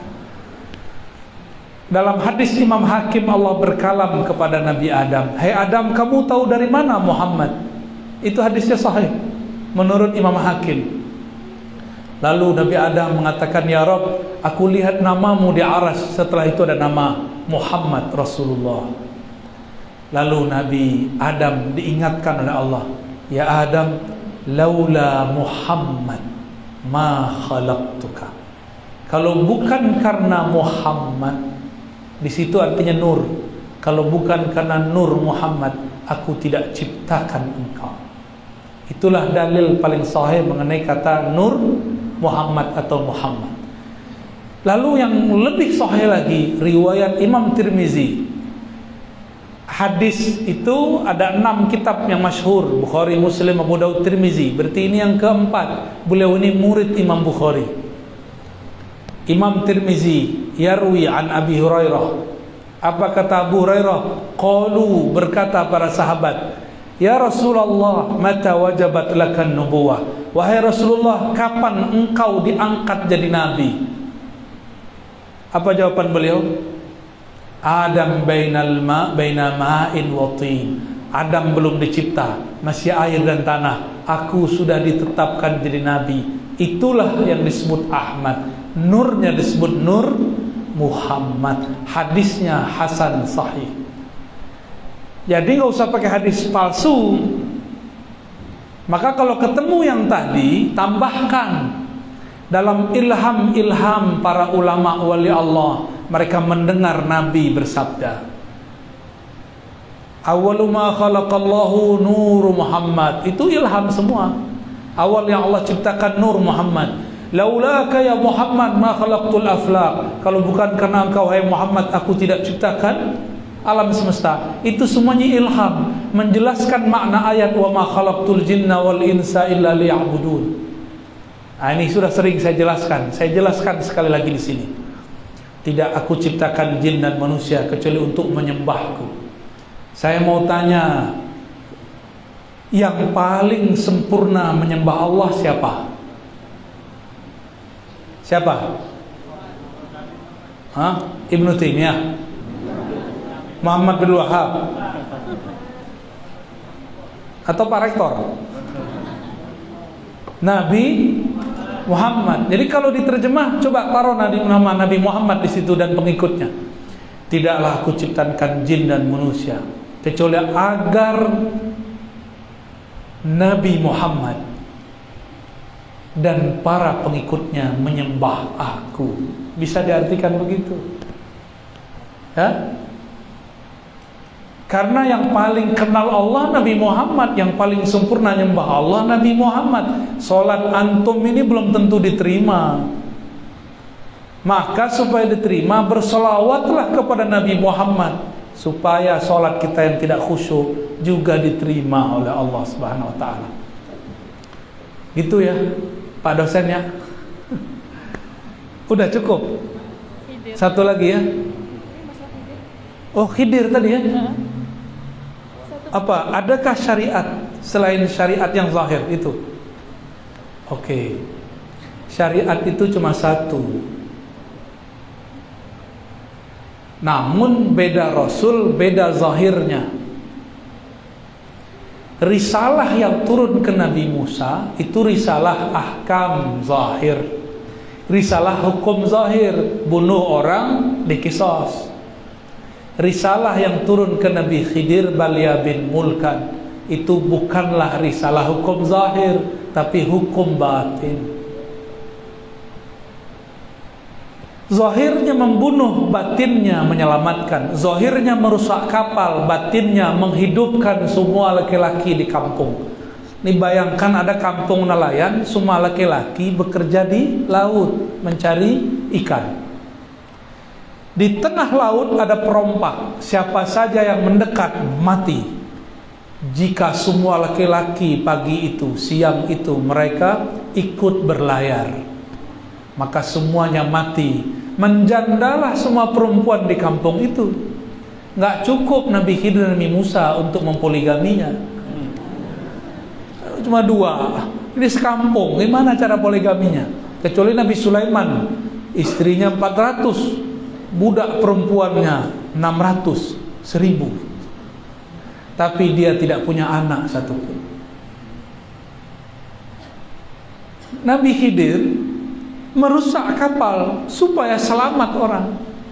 Dalam hadis Imam Hakim, Allah berkalam kepada Nabi Adam, "Hai Adam, kamu tahu dari mana Muhammad?" Itu hadisnya sahih menurut Imam Hakim. Lalu Nabi Adam mengatakan, "Ya Rabb, aku lihat namamu di aras." Setelah itu ada nama Muhammad Rasulullah. Lalu Nabi Adam diingatkan oleh Allah, "Ya Adam, laula Muhammad ma khalaqtuka." Kalau bukan karena Muhammad, di situ artinya nur. Kalau bukan karena nur Muhammad, aku tidak ciptakan engkau. Itulah dalil paling sahih mengenai kata nur Muhammad atau Muhammad. Lalu yang lebih sahih lagi, riwayat Imam Tirmizi. Hadis itu ada 6 kitab yang masyhur, Bukhari, Muslim, Abu Daud, Tirmizi. Berarti ini yang keempat. Beliau ini murid Imam Bukhari. Imam Tirmizi yarwi an Abi Hurairah. Apa kata Abu Hurairah? Qalu, berkata para sahabat, "Ya Rasulullah, mata wajabat lakan nubuwah?" Wahai Rasulullah, kapan engkau diangkat jadi nabi? Apa jawaban beliau? Adam baina ma'in wa tin. Adam belum dicipta, masih air dan tanah. Aku sudah ditetapkan jadi nabi. Itulah yang disebut Ahmad. Nurnya disebut Nur Muhammad. Hadisnya hasan sahih. Jadi nggak usah pakai hadis palsu. Maka kalau ketemu yang tadi, tambahkan. Dalam ilham-ilham para ulama wali Allah, mereka mendengar Nabi bersabda, "Awwalu ma khalaqallahu nur Muhammad." Itu ilham semua. Awal yang Allah ciptakan nur Muhammad. "Laulaka ya Muhammad ma khalaqtul aflaq." Kalau bukan karena engkau hai Muhammad, aku tidak ciptakan alam semesta. Itu semuanya ilham, menjelaskan makna ayat wa ma khalaqtul jinna wal insa illa liya'budun. Nah, ini sudah sering saya jelaskan. Saya jelaskan sekali lagi di sini. Tidak aku ciptakan jin dan manusia kecuali untuk menyembahku. Saya mau tanya, yang paling sempurna menyembah Allah siapa? Siapa? Hah? Ibnu Taimiyah? Muhammad bin Wahab? Atau Pak Rektor? Nabi Muhammad. Jadi kalau diterjemah, coba taruh nama Nabi Muhammad di situ dan pengikutnya. Tidaklah aku ciptakan jin dan manusia kecuali agar Nabi Muhammad dan para pengikutnya menyembah aku. Bisa diartikan begitu ya? Karena yang paling kenal Allah Nabi Muhammad, yang paling sempurna nyembah Allah Nabi Muhammad. Salat antum ini belum tentu diterima. Maka supaya diterima, bersolawatlah kepada Nabi Muhammad, supaya salat kita yang tidak khusyuk juga diterima oleh Allah Subhanahu wa taala. Gitu ya, Pak dosen ya. Udah cukup. Satu lagi ya. Oh, Khidir tadi ya. Apa? Adakah syariat selain syariat yang zahir itu? Oke. Syariat itu cuma satu. Namun beda Rasul, beda zahirnya. Risalah yang turun ke Nabi Musa itu risalah ahkam zahir. Risalah hukum zahir, bunuh orang dikisos. Risalah yang turun ke Nabi Khidir Balya bin Mulkan itu bukanlah risalah hukum zahir, tapi hukum batin. Zahirnya membunuh, batinnya menyelamatkan. Zahirnya merusak kapal, batinnya menghidupkan semua laki-laki di kampung. Ini bayangkan ada kampung nelayan, semua laki-laki bekerja di laut mencari ikan. Di tengah laut ada perompak, siapa saja yang mendekat mati. Jika semua laki-laki pagi itu, siang itu mereka ikut berlayar, maka semuanya mati. Menjandalah semua perempuan di kampung itu. Nggak cukup Nabi Khidir dan Nabi Musa untuk mempoligaminya. Cuma 2. Ini sekampung, gimana cara poligaminya? Kecuali Nabi Sulaiman, istrinya 400, budak perempuannya 600, 1000. Tapi dia tidak punya anak satupun. Nabi Khidir merusak kapal supaya selamat orang.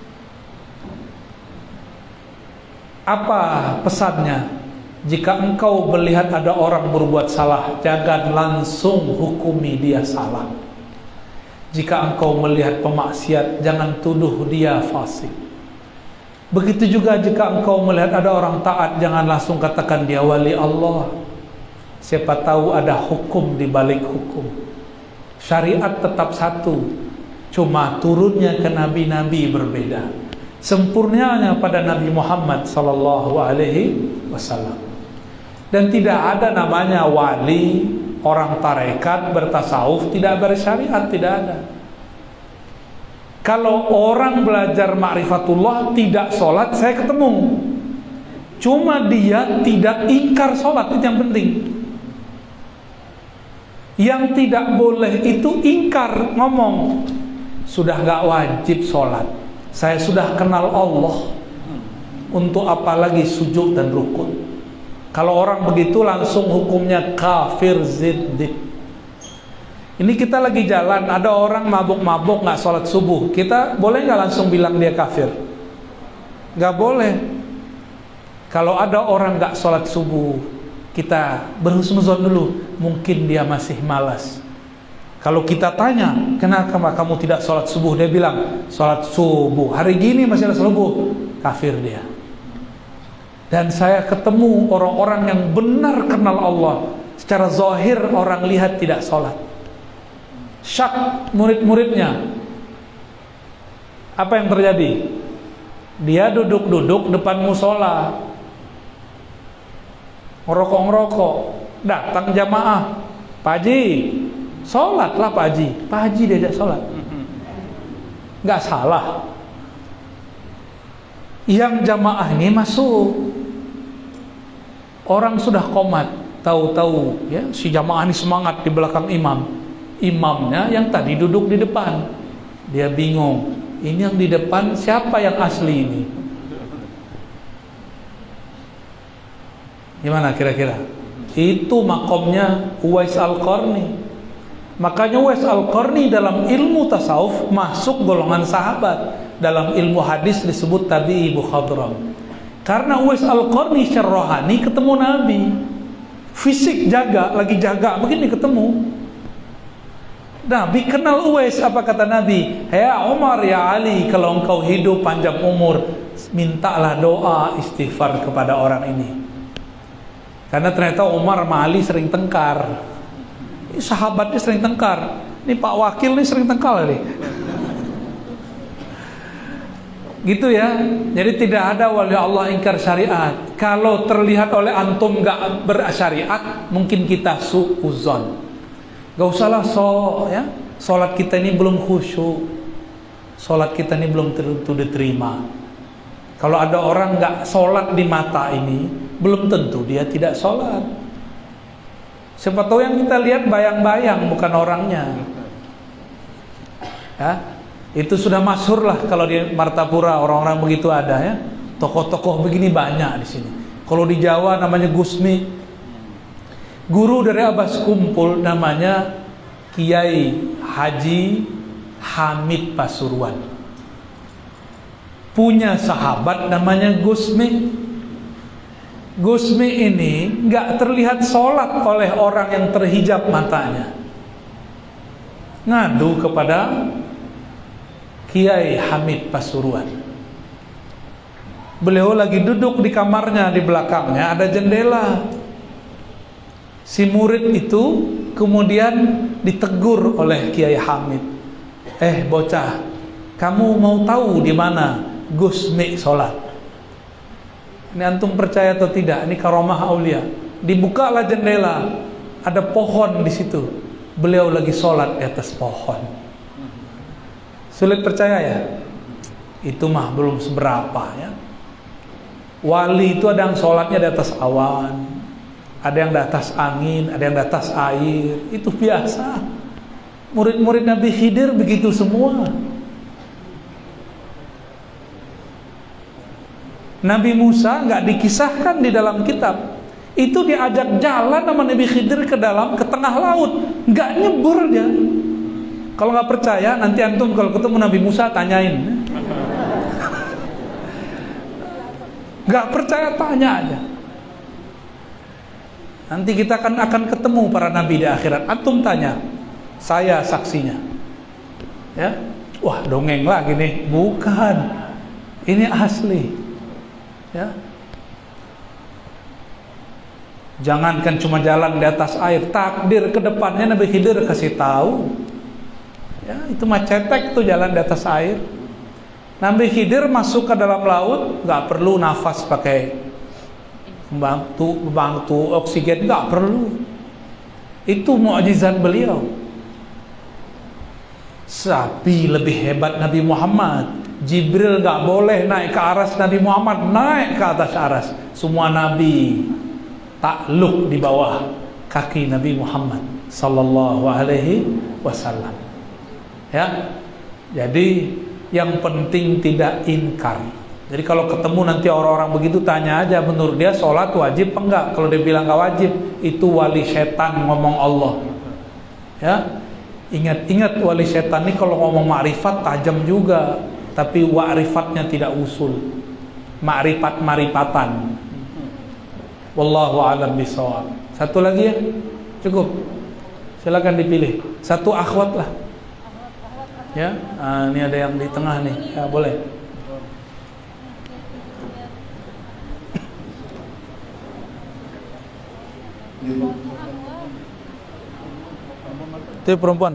Apa pesannya? Jika engkau melihat ada orang berbuat salah, jangan langsung hukumi dia salah. Jika engkau melihat pemaksiat, jangan tuduh dia fasik. Begitu juga jika engkau melihat ada orang taat, jangan langsung katakan dia wali Allah. Siapa tahu ada hukum di balik hukum. Syariat tetap satu, cuma turunnya ke nabi-nabi berbeda. Sempurnanya pada Nabi Muhammad sallallahu alaihi wasallam. Dan tidak ada namanya wali, orang tarekat, bertasawuf, tidak bersyariat, tidak ada. Kalau orang belajar ma'rifatullah tidak sholat, saya ketemu. Cuma dia tidak ingkar sholat, itu yang penting. Yang tidak boleh itu ingkar, ngomong sudah gak wajib sholat, saya sudah kenal Allah, untuk apalagi sujud dan rukun. Kalau orang begitu langsung hukumnya kafir ziddiq. Ini kita lagi jalan, ada orang mabuk-mabuk gak sholat subuh, kita boleh gak langsung bilang dia kafir? Gak boleh. Kalau ada orang gak sholat subuh, kita berhusnuzon dulu, mungkin dia masih malas. Kalau kita tanya, kenapa kamu tidak sholat subuh? Dia bilang, sholat subuh, hari gini masih ada subuh, kafir dia. Dan saya ketemu orang-orang yang benar kenal Allah, secara zahir orang lihat tidak sholat. Syak murid-muridnya. Apa yang terjadi? Dia duduk-duduk depan musola, ngerokok-ngerokok. Datang jamaah, Pak Haji, sholatlah Pak Haji. Pak Haji diajak sholat, nggak salah. Yang jamaah ini masuk, orang sudah qomat, tahu-tahu ya si jamaah ini semangat di belakang imam. Imamnya yang tadi duduk di depan, dia bingung. Ini yang di depan siapa yang asli ini? Gimana kira-kira? Itu makomnya Uwais Al-Qarni. Makanya Uwais Al-Qarni dalam ilmu tasawuf masuk golongan sahabat. Dalam ilmu hadis disebut tabi'i mukhadram. Karena Uwais Al-Qarni secara rohani ketemu Nabi. Fisik jaga, lagi jaga, begini ketemu. Nabi kenal Uwais, apa kata Nabi? Ya Umar, ya Ali, kalau engkau hidup panjang umur, mintalah doa istighfar kepada orang ini. Karena ternyata Umar sama Ali sering tengkar. Ini sahabatnya sering tengkar. Ini Pak Wakil ini sering tengkar nih. Gitu ya. Jadi tidak ada wali Allah ingkar syariat. Kalau terlihat oleh antum gak bersyariat, mungkin kita su'uzon. Gak usahlah ya. Salat kita ini belum khusyuk. Salat kita ini belum tentu diterima. Kalau ada orang gak salat di mata ini, belum tentu dia tidak salat. Siapa tahu yang kita lihat bayang-bayang, bukan orangnya. Ya. Itu sudah masyhur lah kalau di Martapura orang-orang begitu ada ya. Tokoh-tokoh begini banyak di sini. Kalau di Jawa namanya Gusmi. Guru dari Abbas Kumpul namanya Kiai Haji Hamid Pasuruan. punya sahabat namanya Gusmi. Gusmi ini nggak terlihat sholat oleh orang yang terhijab matanya. Ngadu kepada Kiai Hamid Pasuruan. Beliau lagi duduk di kamarnya, di belakangnya ada jendela. Si murid itu kemudian ditegur oleh Kiai Hamid. Bocah, kamu mau tahu di mana Gusmi sholat? Ini antum percaya atau tidak? Ini karomah aulia. Dibukalah jendela, ada pohon di situ. Beliau lagi sholat di atas pohon. Sulit percaya ya? Itu mah belum seberapa ya. Wali itu ada yang sholatnya di atas awan, ada yang di atas angin, ada yang di atas air. Itu biasa. Murid-murid Nabi Khidir begitu semua. Nabi Musa nggak dikisahkan di dalam kitab. Itu diajak jalan sama Nabi Khidir ke tengah laut, nggak nyebur dia. Kalau nggak percaya, nanti antum kalau ketemu Nabi Musa tanyain. Nggak percaya tanya aja. Nanti kita akan ketemu para nabi di akhirat. Antum tanya, saya saksinya. Ya, wah dongeng lagi nih. Bukan, ini asli. Ya, jangankan cuma jalan di atas air, takdir ke depannya Nabi Khidir kasih tahu. Ya, itu mah cetek tuh jalan di atas air. Nabi Khidir masuk ke dalam laut, nggak perlu nafas pakai membantu oksigen, nggak perlu. Itu mukjizat beliau. Tapi lebih hebat Nabi Muhammad. Jibril gak boleh naik ke aras Nabi Muhammad, naik ke atas aras. Semua Nabi takluk di bawah kaki Nabi Muhammad sallallahu alaihi wasallam. Ya, jadi yang penting tidak inkar. Jadi kalau ketemu nanti orang-orang begitu, tanya aja menurut dia sholat wajib apa enggak. Kalau dia bilang gak wajib, itu wali setan ngomong Allah. Ya, ingat-ingat wali setan ini kalau ngomong makrifat tajam juga. Tapi wa'rifatnya tidak usul, ma'rifat-marifatan. Wallahu a'lam bishawab. Satu lagi ya, cukup. Silakan dipilih. Satu akhwat lah. Ya, ini ada yang di tengah nih. Ya boleh. Itu perempuan.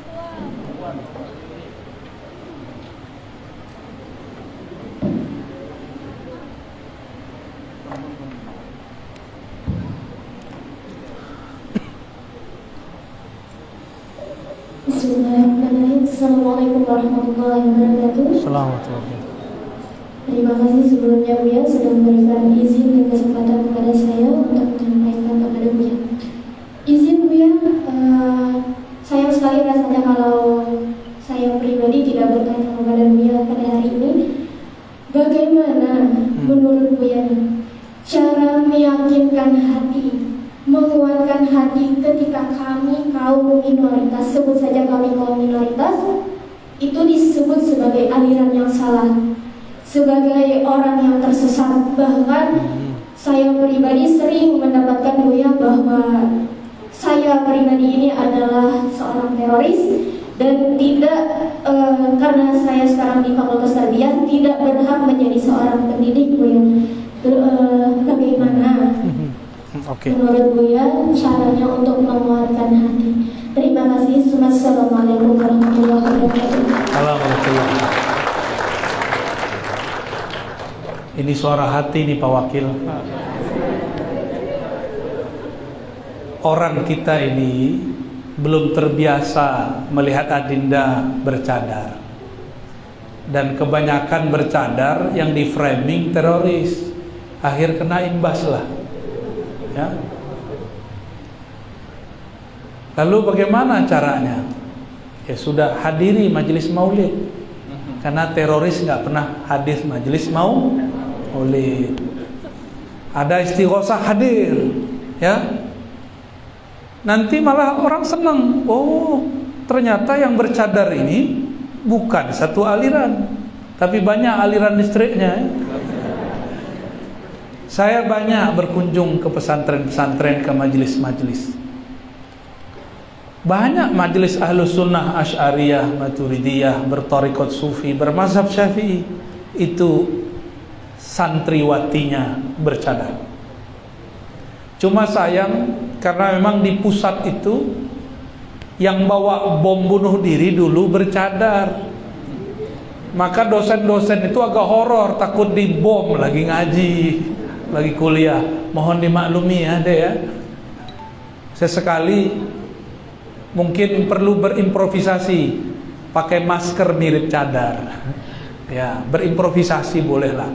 Bismillahirrahmanirrahim. Assalamualaikum warahmatullahi wabarakatuh. Assalamualaikum. Terima kasih sebelumnya Buya sudah memberikan izin dan kesempatan kepada saya untuk menyampaikan kepada Buya. Izin Buya, sayang sekali rasanya kalau saya pribadi tidak bertanya kepada Buya pada hari ini. Bagaimana menurut Buya cara meyakinkan hati, menguatkan hati ketika kami kaum minoritas, sebut saja kami kaum minoritas, itu disebut sebagai aliran yang salah, sebagai orang yang tersesat. Bahkan saya pribadi sering mendapatkan Buya bahwa saya pribadi ini adalah seorang teroris dan tidak karena saya sekarang di Fakultas Tarbiyah tidak berhak menjadi seorang pendidik Buya. Bagaimana menurut Buya caranya untuk menguatkan hati? Terima kasih. Assalamualaikum warahmatullahi wabarakatuh. Alhamdulillah. Ini suara hati nih Pak Wakil. Orang kita ini belum terbiasa melihat adinda bercadar, dan kebanyakan bercadar yang di framing teroris, akhir kena imbas lah. Ya. Lalu bagaimana caranya? Ya sudah, hadiri majelis maulid, karena teroris nggak pernah hadir majelis maulid. Ada istighosah hadir, ya. Nanti malah orang senang. Oh, ternyata yang bercadar ini bukan satu aliran. tapi banyak aliran listriknya. Saya banyak berkunjung ke pesantren-pesantren, ke majelis-majelis. Banyak majelis Ahlus Sunnah, Asy'ariyah, Maturidiyah, bertarikot Sufi, bermazhab Syafi'i, itu santriwatinya bercadar. Cuma sayang karena memang di pusat itu yang bawa bom bunuh diri dulu bercadar. Maka dosen-dosen itu agak horor, takut dibom lagi ngaji, lagi kuliah. Mohon dimaklumi ya, deh ya. Sesekali mungkin perlu berimprovisasi, pakai masker mirip cadar. Ya, berimprovisasi bolehlah.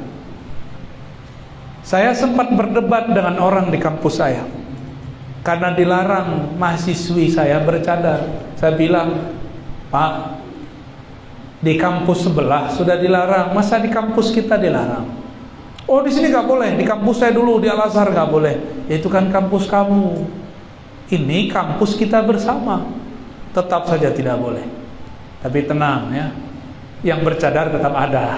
Saya sempat berdebat dengan orang di kampus saya karena dilarang mahasiswi saya bercadar. Saya bilang, Pak, di kampus sebelah sudah dilarang, masa di kampus kita dilarang? Oh, di sini nggak boleh, di kampus saya dulu di Al-Azhar nggak boleh. Ya, itu kan kampus kamu. Ini kampus kita bersama, tetap saja tidak boleh. Tapi tenang ya, yang bercadar tetap ada.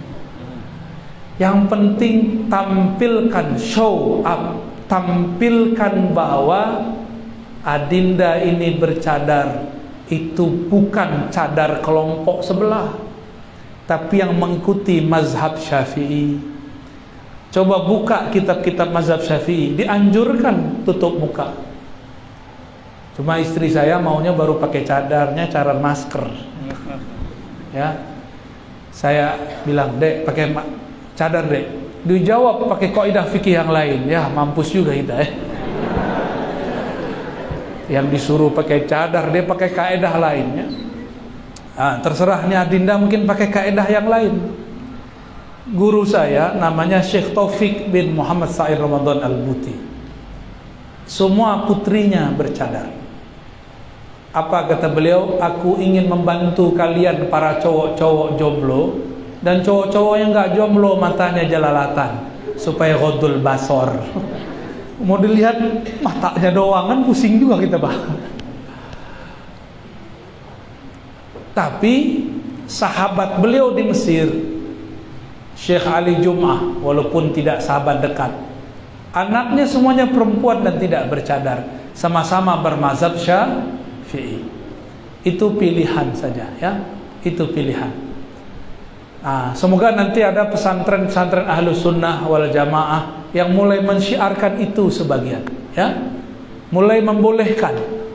Yang penting tampilkan, show up, tampilkan bahwa adinda ini bercadar. Itu bukan cadar kelompok sebelah, tapi yang mengikuti mazhab Syafi'i. Coba buka kitab-kitab mazhab Syafi'i, dianjurkan tutup muka. Cuma istri saya maunya baru pakai cadarnya cara masker. Ya, saya bilang, Dek, pakai cadar, Dek. Dijawab pakai kaidah fikih yang lain. Ya, mampus juga kita ya. Yang disuruh pakai cadar, dia pakai kaidah lainnya. Terserahnya adinda mungkin pakai kaidah yang lain. Guru saya namanya Syekh Taufik bin Muhammad Sa'id Ramadan Al-Buti. Semua putrinya bercadar. Apa kata beliau? Aku ingin membantu kalian para cowok-cowok jomblo dan cowok-cowok yang gak jomblo matanya jelalatan supaya ghaddul basor. Mau dilihat matanya doang kan pusing juga kita, Pak. Tapi sahabat beliau di Mesir, Syekh Ali Jum'ah, walaupun tidak sahabat dekat, anaknya semuanya perempuan dan tidak bercadar, sama-sama bermazhab Syafi'i. Itu pilihan saja ya, itu pilihan. Semoga nanti ada pesantren-pesantren Ahlus Sunnah wal Jamaah yang mulai mensyiarkan itu sebagian ya, mulai membolehkan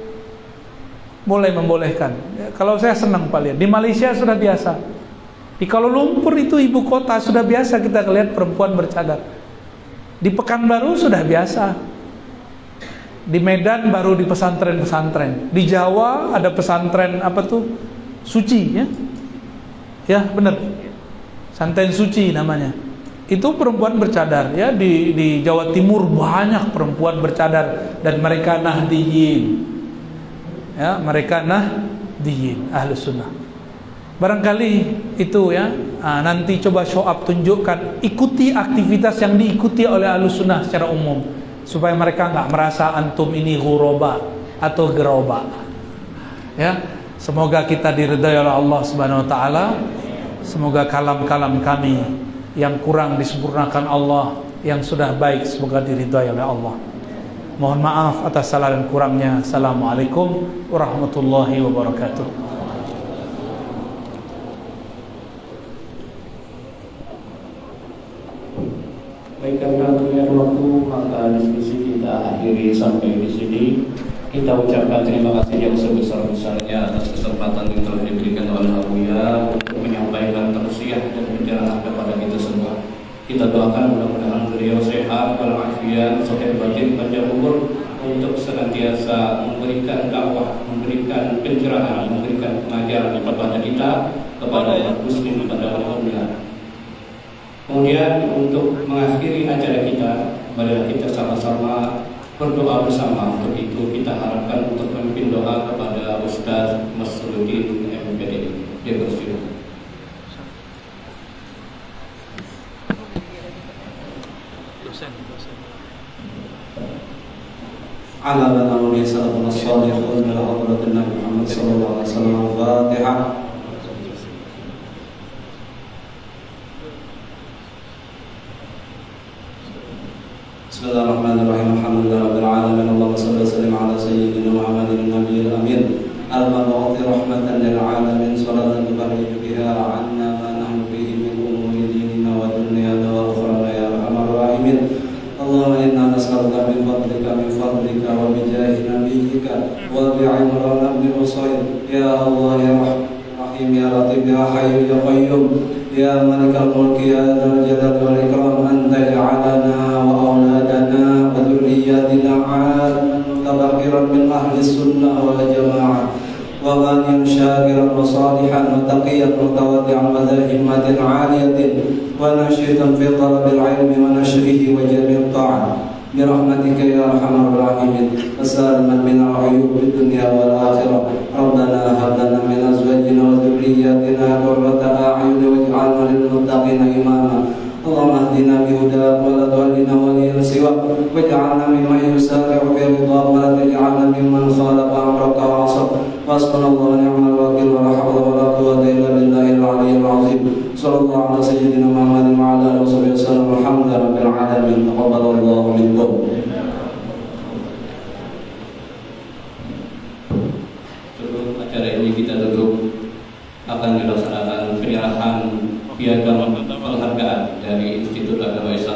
ya, kalau saya senang Pak lihat di Malaysia sudah biasa, di Kuala Lumpur itu ibu kota sudah biasa kita lihat perempuan bercadar, di Pekanbaru sudah biasa, di Medan baru di pesantren-pesantren, di Jawa ada pesantren apa tuh suci ya benar, pesantren suci namanya. Itu perempuan bercadar ya, di Jawa Timur banyak perempuan bercadar dan mereka nahdiyin ya, mereka nahdiyin Ahlus Sunnah. Barangkali itu ya, nanti coba show up, tunjukkan, ikuti aktivitas yang diikuti oleh Ahlus Sunnah secara umum supaya mereka nggak merasa antum ini ghuraba atau geroba ya. Semoga kita diridhai oleh Allah Subhanahu wa taala. Semoga kalam-kalam kami yang kurang disempurnakan Allah, yang sudah baik semoga diridhai oleh Allah. Mohon maaf atas salah dan kurangnya. Assalamualaikum warahmatullahi wabarakatuh. Baik, karena punya waktu maka diskusi kita akhiri sampai di sini. Kita ucapkan terima kasih yang sebesar-besarnya atas kesempatan yang telah diberikan oleh Abuya untuk menyampaikan tausiah dan pencerahan kepada kita semua. Kita doakan mudah-mudahan beliau sehat walafiat, sehat batin, panjang umur untuk senantiasa memberikan dakwah, memberikan pencerahan, memberikan pengajaran kepada kita, kepada umat muslim, kepada umumnya. Kemudian untuk mengakhiri acara kita, marilah kita sama-sama berdoa bersama. Untuk itu kita harapkan untuk memimpin doa kepada Ustaz Masruddin MPD. Dia bersilakan. Ala nabi sallallahu alaihi wasallam Muhammad sallallahu alaihi wasallam. Al-Fatihah. Bismillahirrahmanirrahim. Alhamdulillahirabbil alamin. Allahumma shalli wa sallim ala sayyidina Muhammadin nabiyil amin. Al-mab'uthi rahmatan lil alamin. Shalatan tufarriju biha 'anna ma nahnu fihi min umuri dinina wa dunyana wa ukhrana ya arhamar rahimin. Allahumma inna nas'aluka min fadlika wa bi jahi nabiyyika wa bi 'imran ibn Husayn. Ya Allah ya Rahim ya Latif ya Hayyu ya Qayyum ya Malikal Mulki ya Dzal Jalali wal Ikram. Anta ja'alana wa auladana wa dhurriyyatina 'aliman mutabakhiran min ahli sunnah wal jamaah wa ghaniyan syakiran wa salihan wa taqiyan mutawaddi'an wa dha himmatin 'aliyatin wa nashidan fi talabil ilmi wa nashrihi wa jami'it ta'at birahmatika ya arhamar rahimin. Wassalaman min al-'uyub fid dunya wal akhirah. Rabbana hab lana min azwajina wa dhurriyyatina qurrata a'yun waj'alna lil muttaqina imama. Allahumma hdina bihudaka wa la tudillina waliyan siwak waj'alna mimman yusari'u fi ridhaka wa la taj'alna mimman khalafa amraka wa 'asak. Hasbunallahu wa ni'mal wakeel wa la hawla wa la quwwata illa billahil 'aliyyil 'azim. Sallallahu ala sayyidina Muhammadin wa ala alihi wa sallam. Alhamdulillahirabbil alamin. Taqabbalallahu minkum. Sebelum acara ini kita duduk, akan dilaksanakan penyerahan piagam penghargaan dari Institut Agama Islam